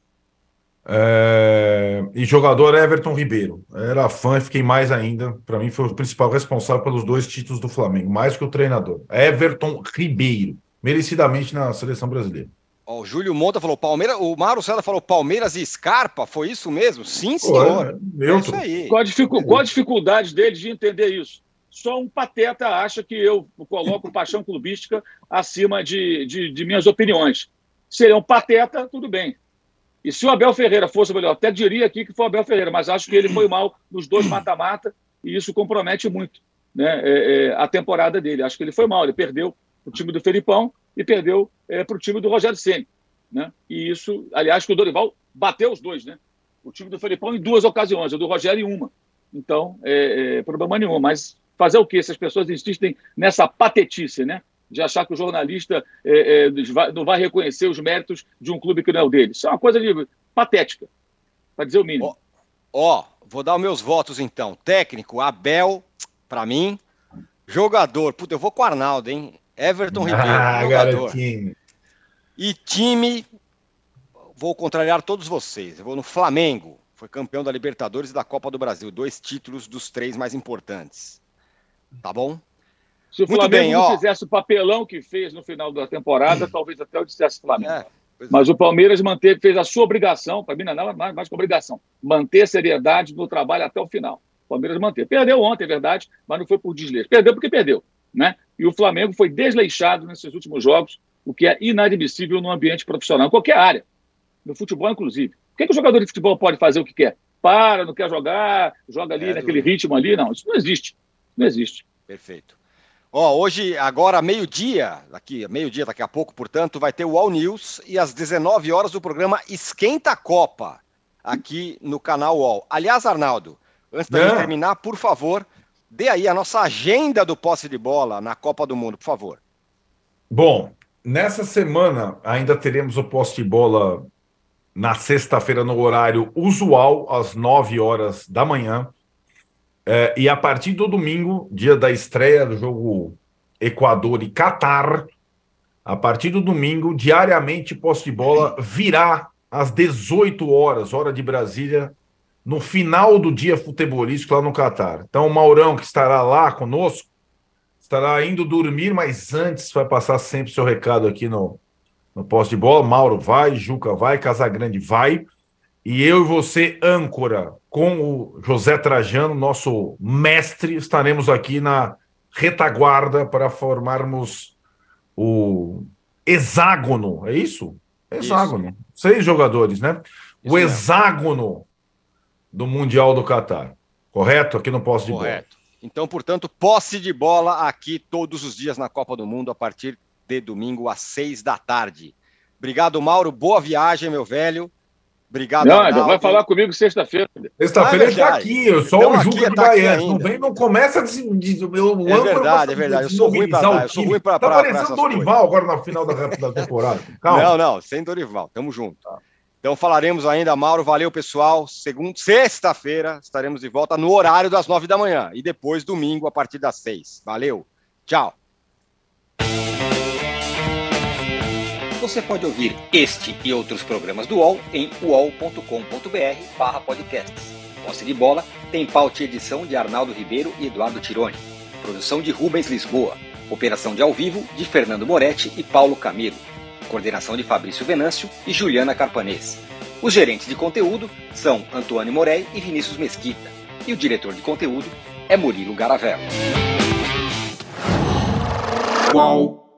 É... E jogador Everton Ribeiro. Era fã e fiquei mais ainda. Para mim foi o principal responsável pelos dois títulos do Flamengo, mais que o treinador. Everton Ribeiro, merecidamente na seleção brasileira. Oh, o Júlio Monta falou Palmeiras, o Mauro César falou Palmeiras e Scarpa, foi isso mesmo? Sim, senhor. Pô, é, é isso aí. Qual a, dificu- qual a dificuldade deles de entender isso? Só um pateta acha que eu coloco paixão clubística acima de, de, de minhas opiniões. Se ele é um pateta, tudo bem. E se o Abel Ferreira fosse melhor, até diria aqui que foi o Abel Ferreira, mas acho que ele foi mal nos dois mata-mata e isso compromete muito, né, é, é, a temporada dele. Acho que ele foi mal, ele perdeu o time do Felipão e perdeu é, para o time do Rogério Ceni, né? E isso, aliás, que o Dorival bateu os dois, né? O time do Felipão em duas ocasiões, o do Rogério em uma. Então, é, é, problema nenhum. Mas fazer o quê? Se as pessoas insistem nessa patetice, né? De achar que o jornalista é, é, não vai reconhecer os méritos de um clube que não é o dele. Isso é uma coisa de, patética, para dizer o mínimo. Ó, oh, oh, vou dar os meus votos então. Técnico, Abel, para mim. Jogador, puta, eu vou com o Arnaldo, hein? Everton Ribeiro, ah, jogador. Garotinho. E time, vou contrariar todos vocês. Eu vou no Flamengo. Foi campeão da Libertadores e da Copa do Brasil. Dois títulos dos três mais importantes. Tá bom? Se o Muito Flamengo bem, não ó. fizesse o papelão que fez no final da temporada, hum. talvez até eu dissesse Flamengo. É, Mas é. o Palmeiras manteve, fez a sua obrigação, para mim não é nada mais, mais que obrigação, manter seriedade no trabalho até o final. O Palmeiras manteve. Perdeu ontem, é verdade, mas não foi por desleixo. Perdeu porque perdeu, né? E o Flamengo foi desleixado nesses últimos jogos, o que é inadmissível no ambiente profissional, em qualquer área, no futebol inclusive. Por que, que o jogador de futebol pode fazer o que quer? Para, não quer jogar, joga ali é, naquele do... ritmo ali? Não, isso não existe. Não existe. Perfeito. Ó, hoje, agora, meio-dia, daqui, meio-dia, daqui a pouco, portanto, vai ter o All News e às dezenove horas o programa Esquenta a Copa, aqui no canal U O L. Aliás, Arnaldo, antes da gente terminar, por favor, dê aí a nossa agenda do posse de bola na Copa do Mundo, por favor. Bom, nessa semana ainda teremos o posse de bola na sexta-feira no horário usual, às nove horas da manhã. É, e a partir do domingo, dia da estreia do jogo Equador e Catar, a partir do domingo, diariamente, posse de bola virá às dezoito horas, hora de Brasília, no final do dia futebolístico lá no Catar. Então, o Maurão, que estará lá conosco, estará indo dormir, mas antes vai passar sempre seu recado aqui no, no posse de bola. Mauro vai, Juca vai, Casagrande vai. E eu e você, âncora, com o José Trajano, nosso mestre, estaremos aqui na retaguarda para formarmos o hexágono, é isso? Hexágono. Isso. Seis jogadores, né? Isso o hexágono mesmo. Do Mundial do Catar. Correto? Aqui no posse de bola. Correto. Então, portanto, posse de bola aqui todos os dias na Copa do Mundo, a partir de domingo às seis da tarde. Obrigado, Mauro. Boa viagem, meu velho. Obrigado, Não, Arnaldo. vai falar comigo sexta-feira. Sexta-feira Ah, é ele tá verdade. aqui, eu só Então, o aqui Juca que tá vai aqui antes. Não, ainda. vem, não começa a des, des, o meu É âncora verdade, gosta é verdade. de Eu sou ruim pra desmobilizar dar, o eu sou time. ruim pra- Tá pra- pra parecendo essas Dorival agora na final da, da temporada. Calma. Não, não, sem Dorival. Tamo junto. Então falaremos ainda, Mauro. Valeu, pessoal. Segundo, sexta-feira estaremos de volta no horário das nove da manhã. E depois, domingo, a partir das seis. Valeu. Tchau. Você pode ouvir este e outros programas do U O L em uol ponto com ponto br barra podcasts. Posse de Bola tem pauta e edição de Arnaldo Ribeiro e Eduardo Tironi. Produção de Rubens Lisboa. Operação de ao vivo de Fernando Moretti e Paulo Camilo. Coordenação de Fabrício Venâncio e Juliana Carpanês. Os gerentes de conteúdo são Antônio Morei e Vinícius Mesquita. E o diretor de conteúdo é Murilo Garavello. Qual?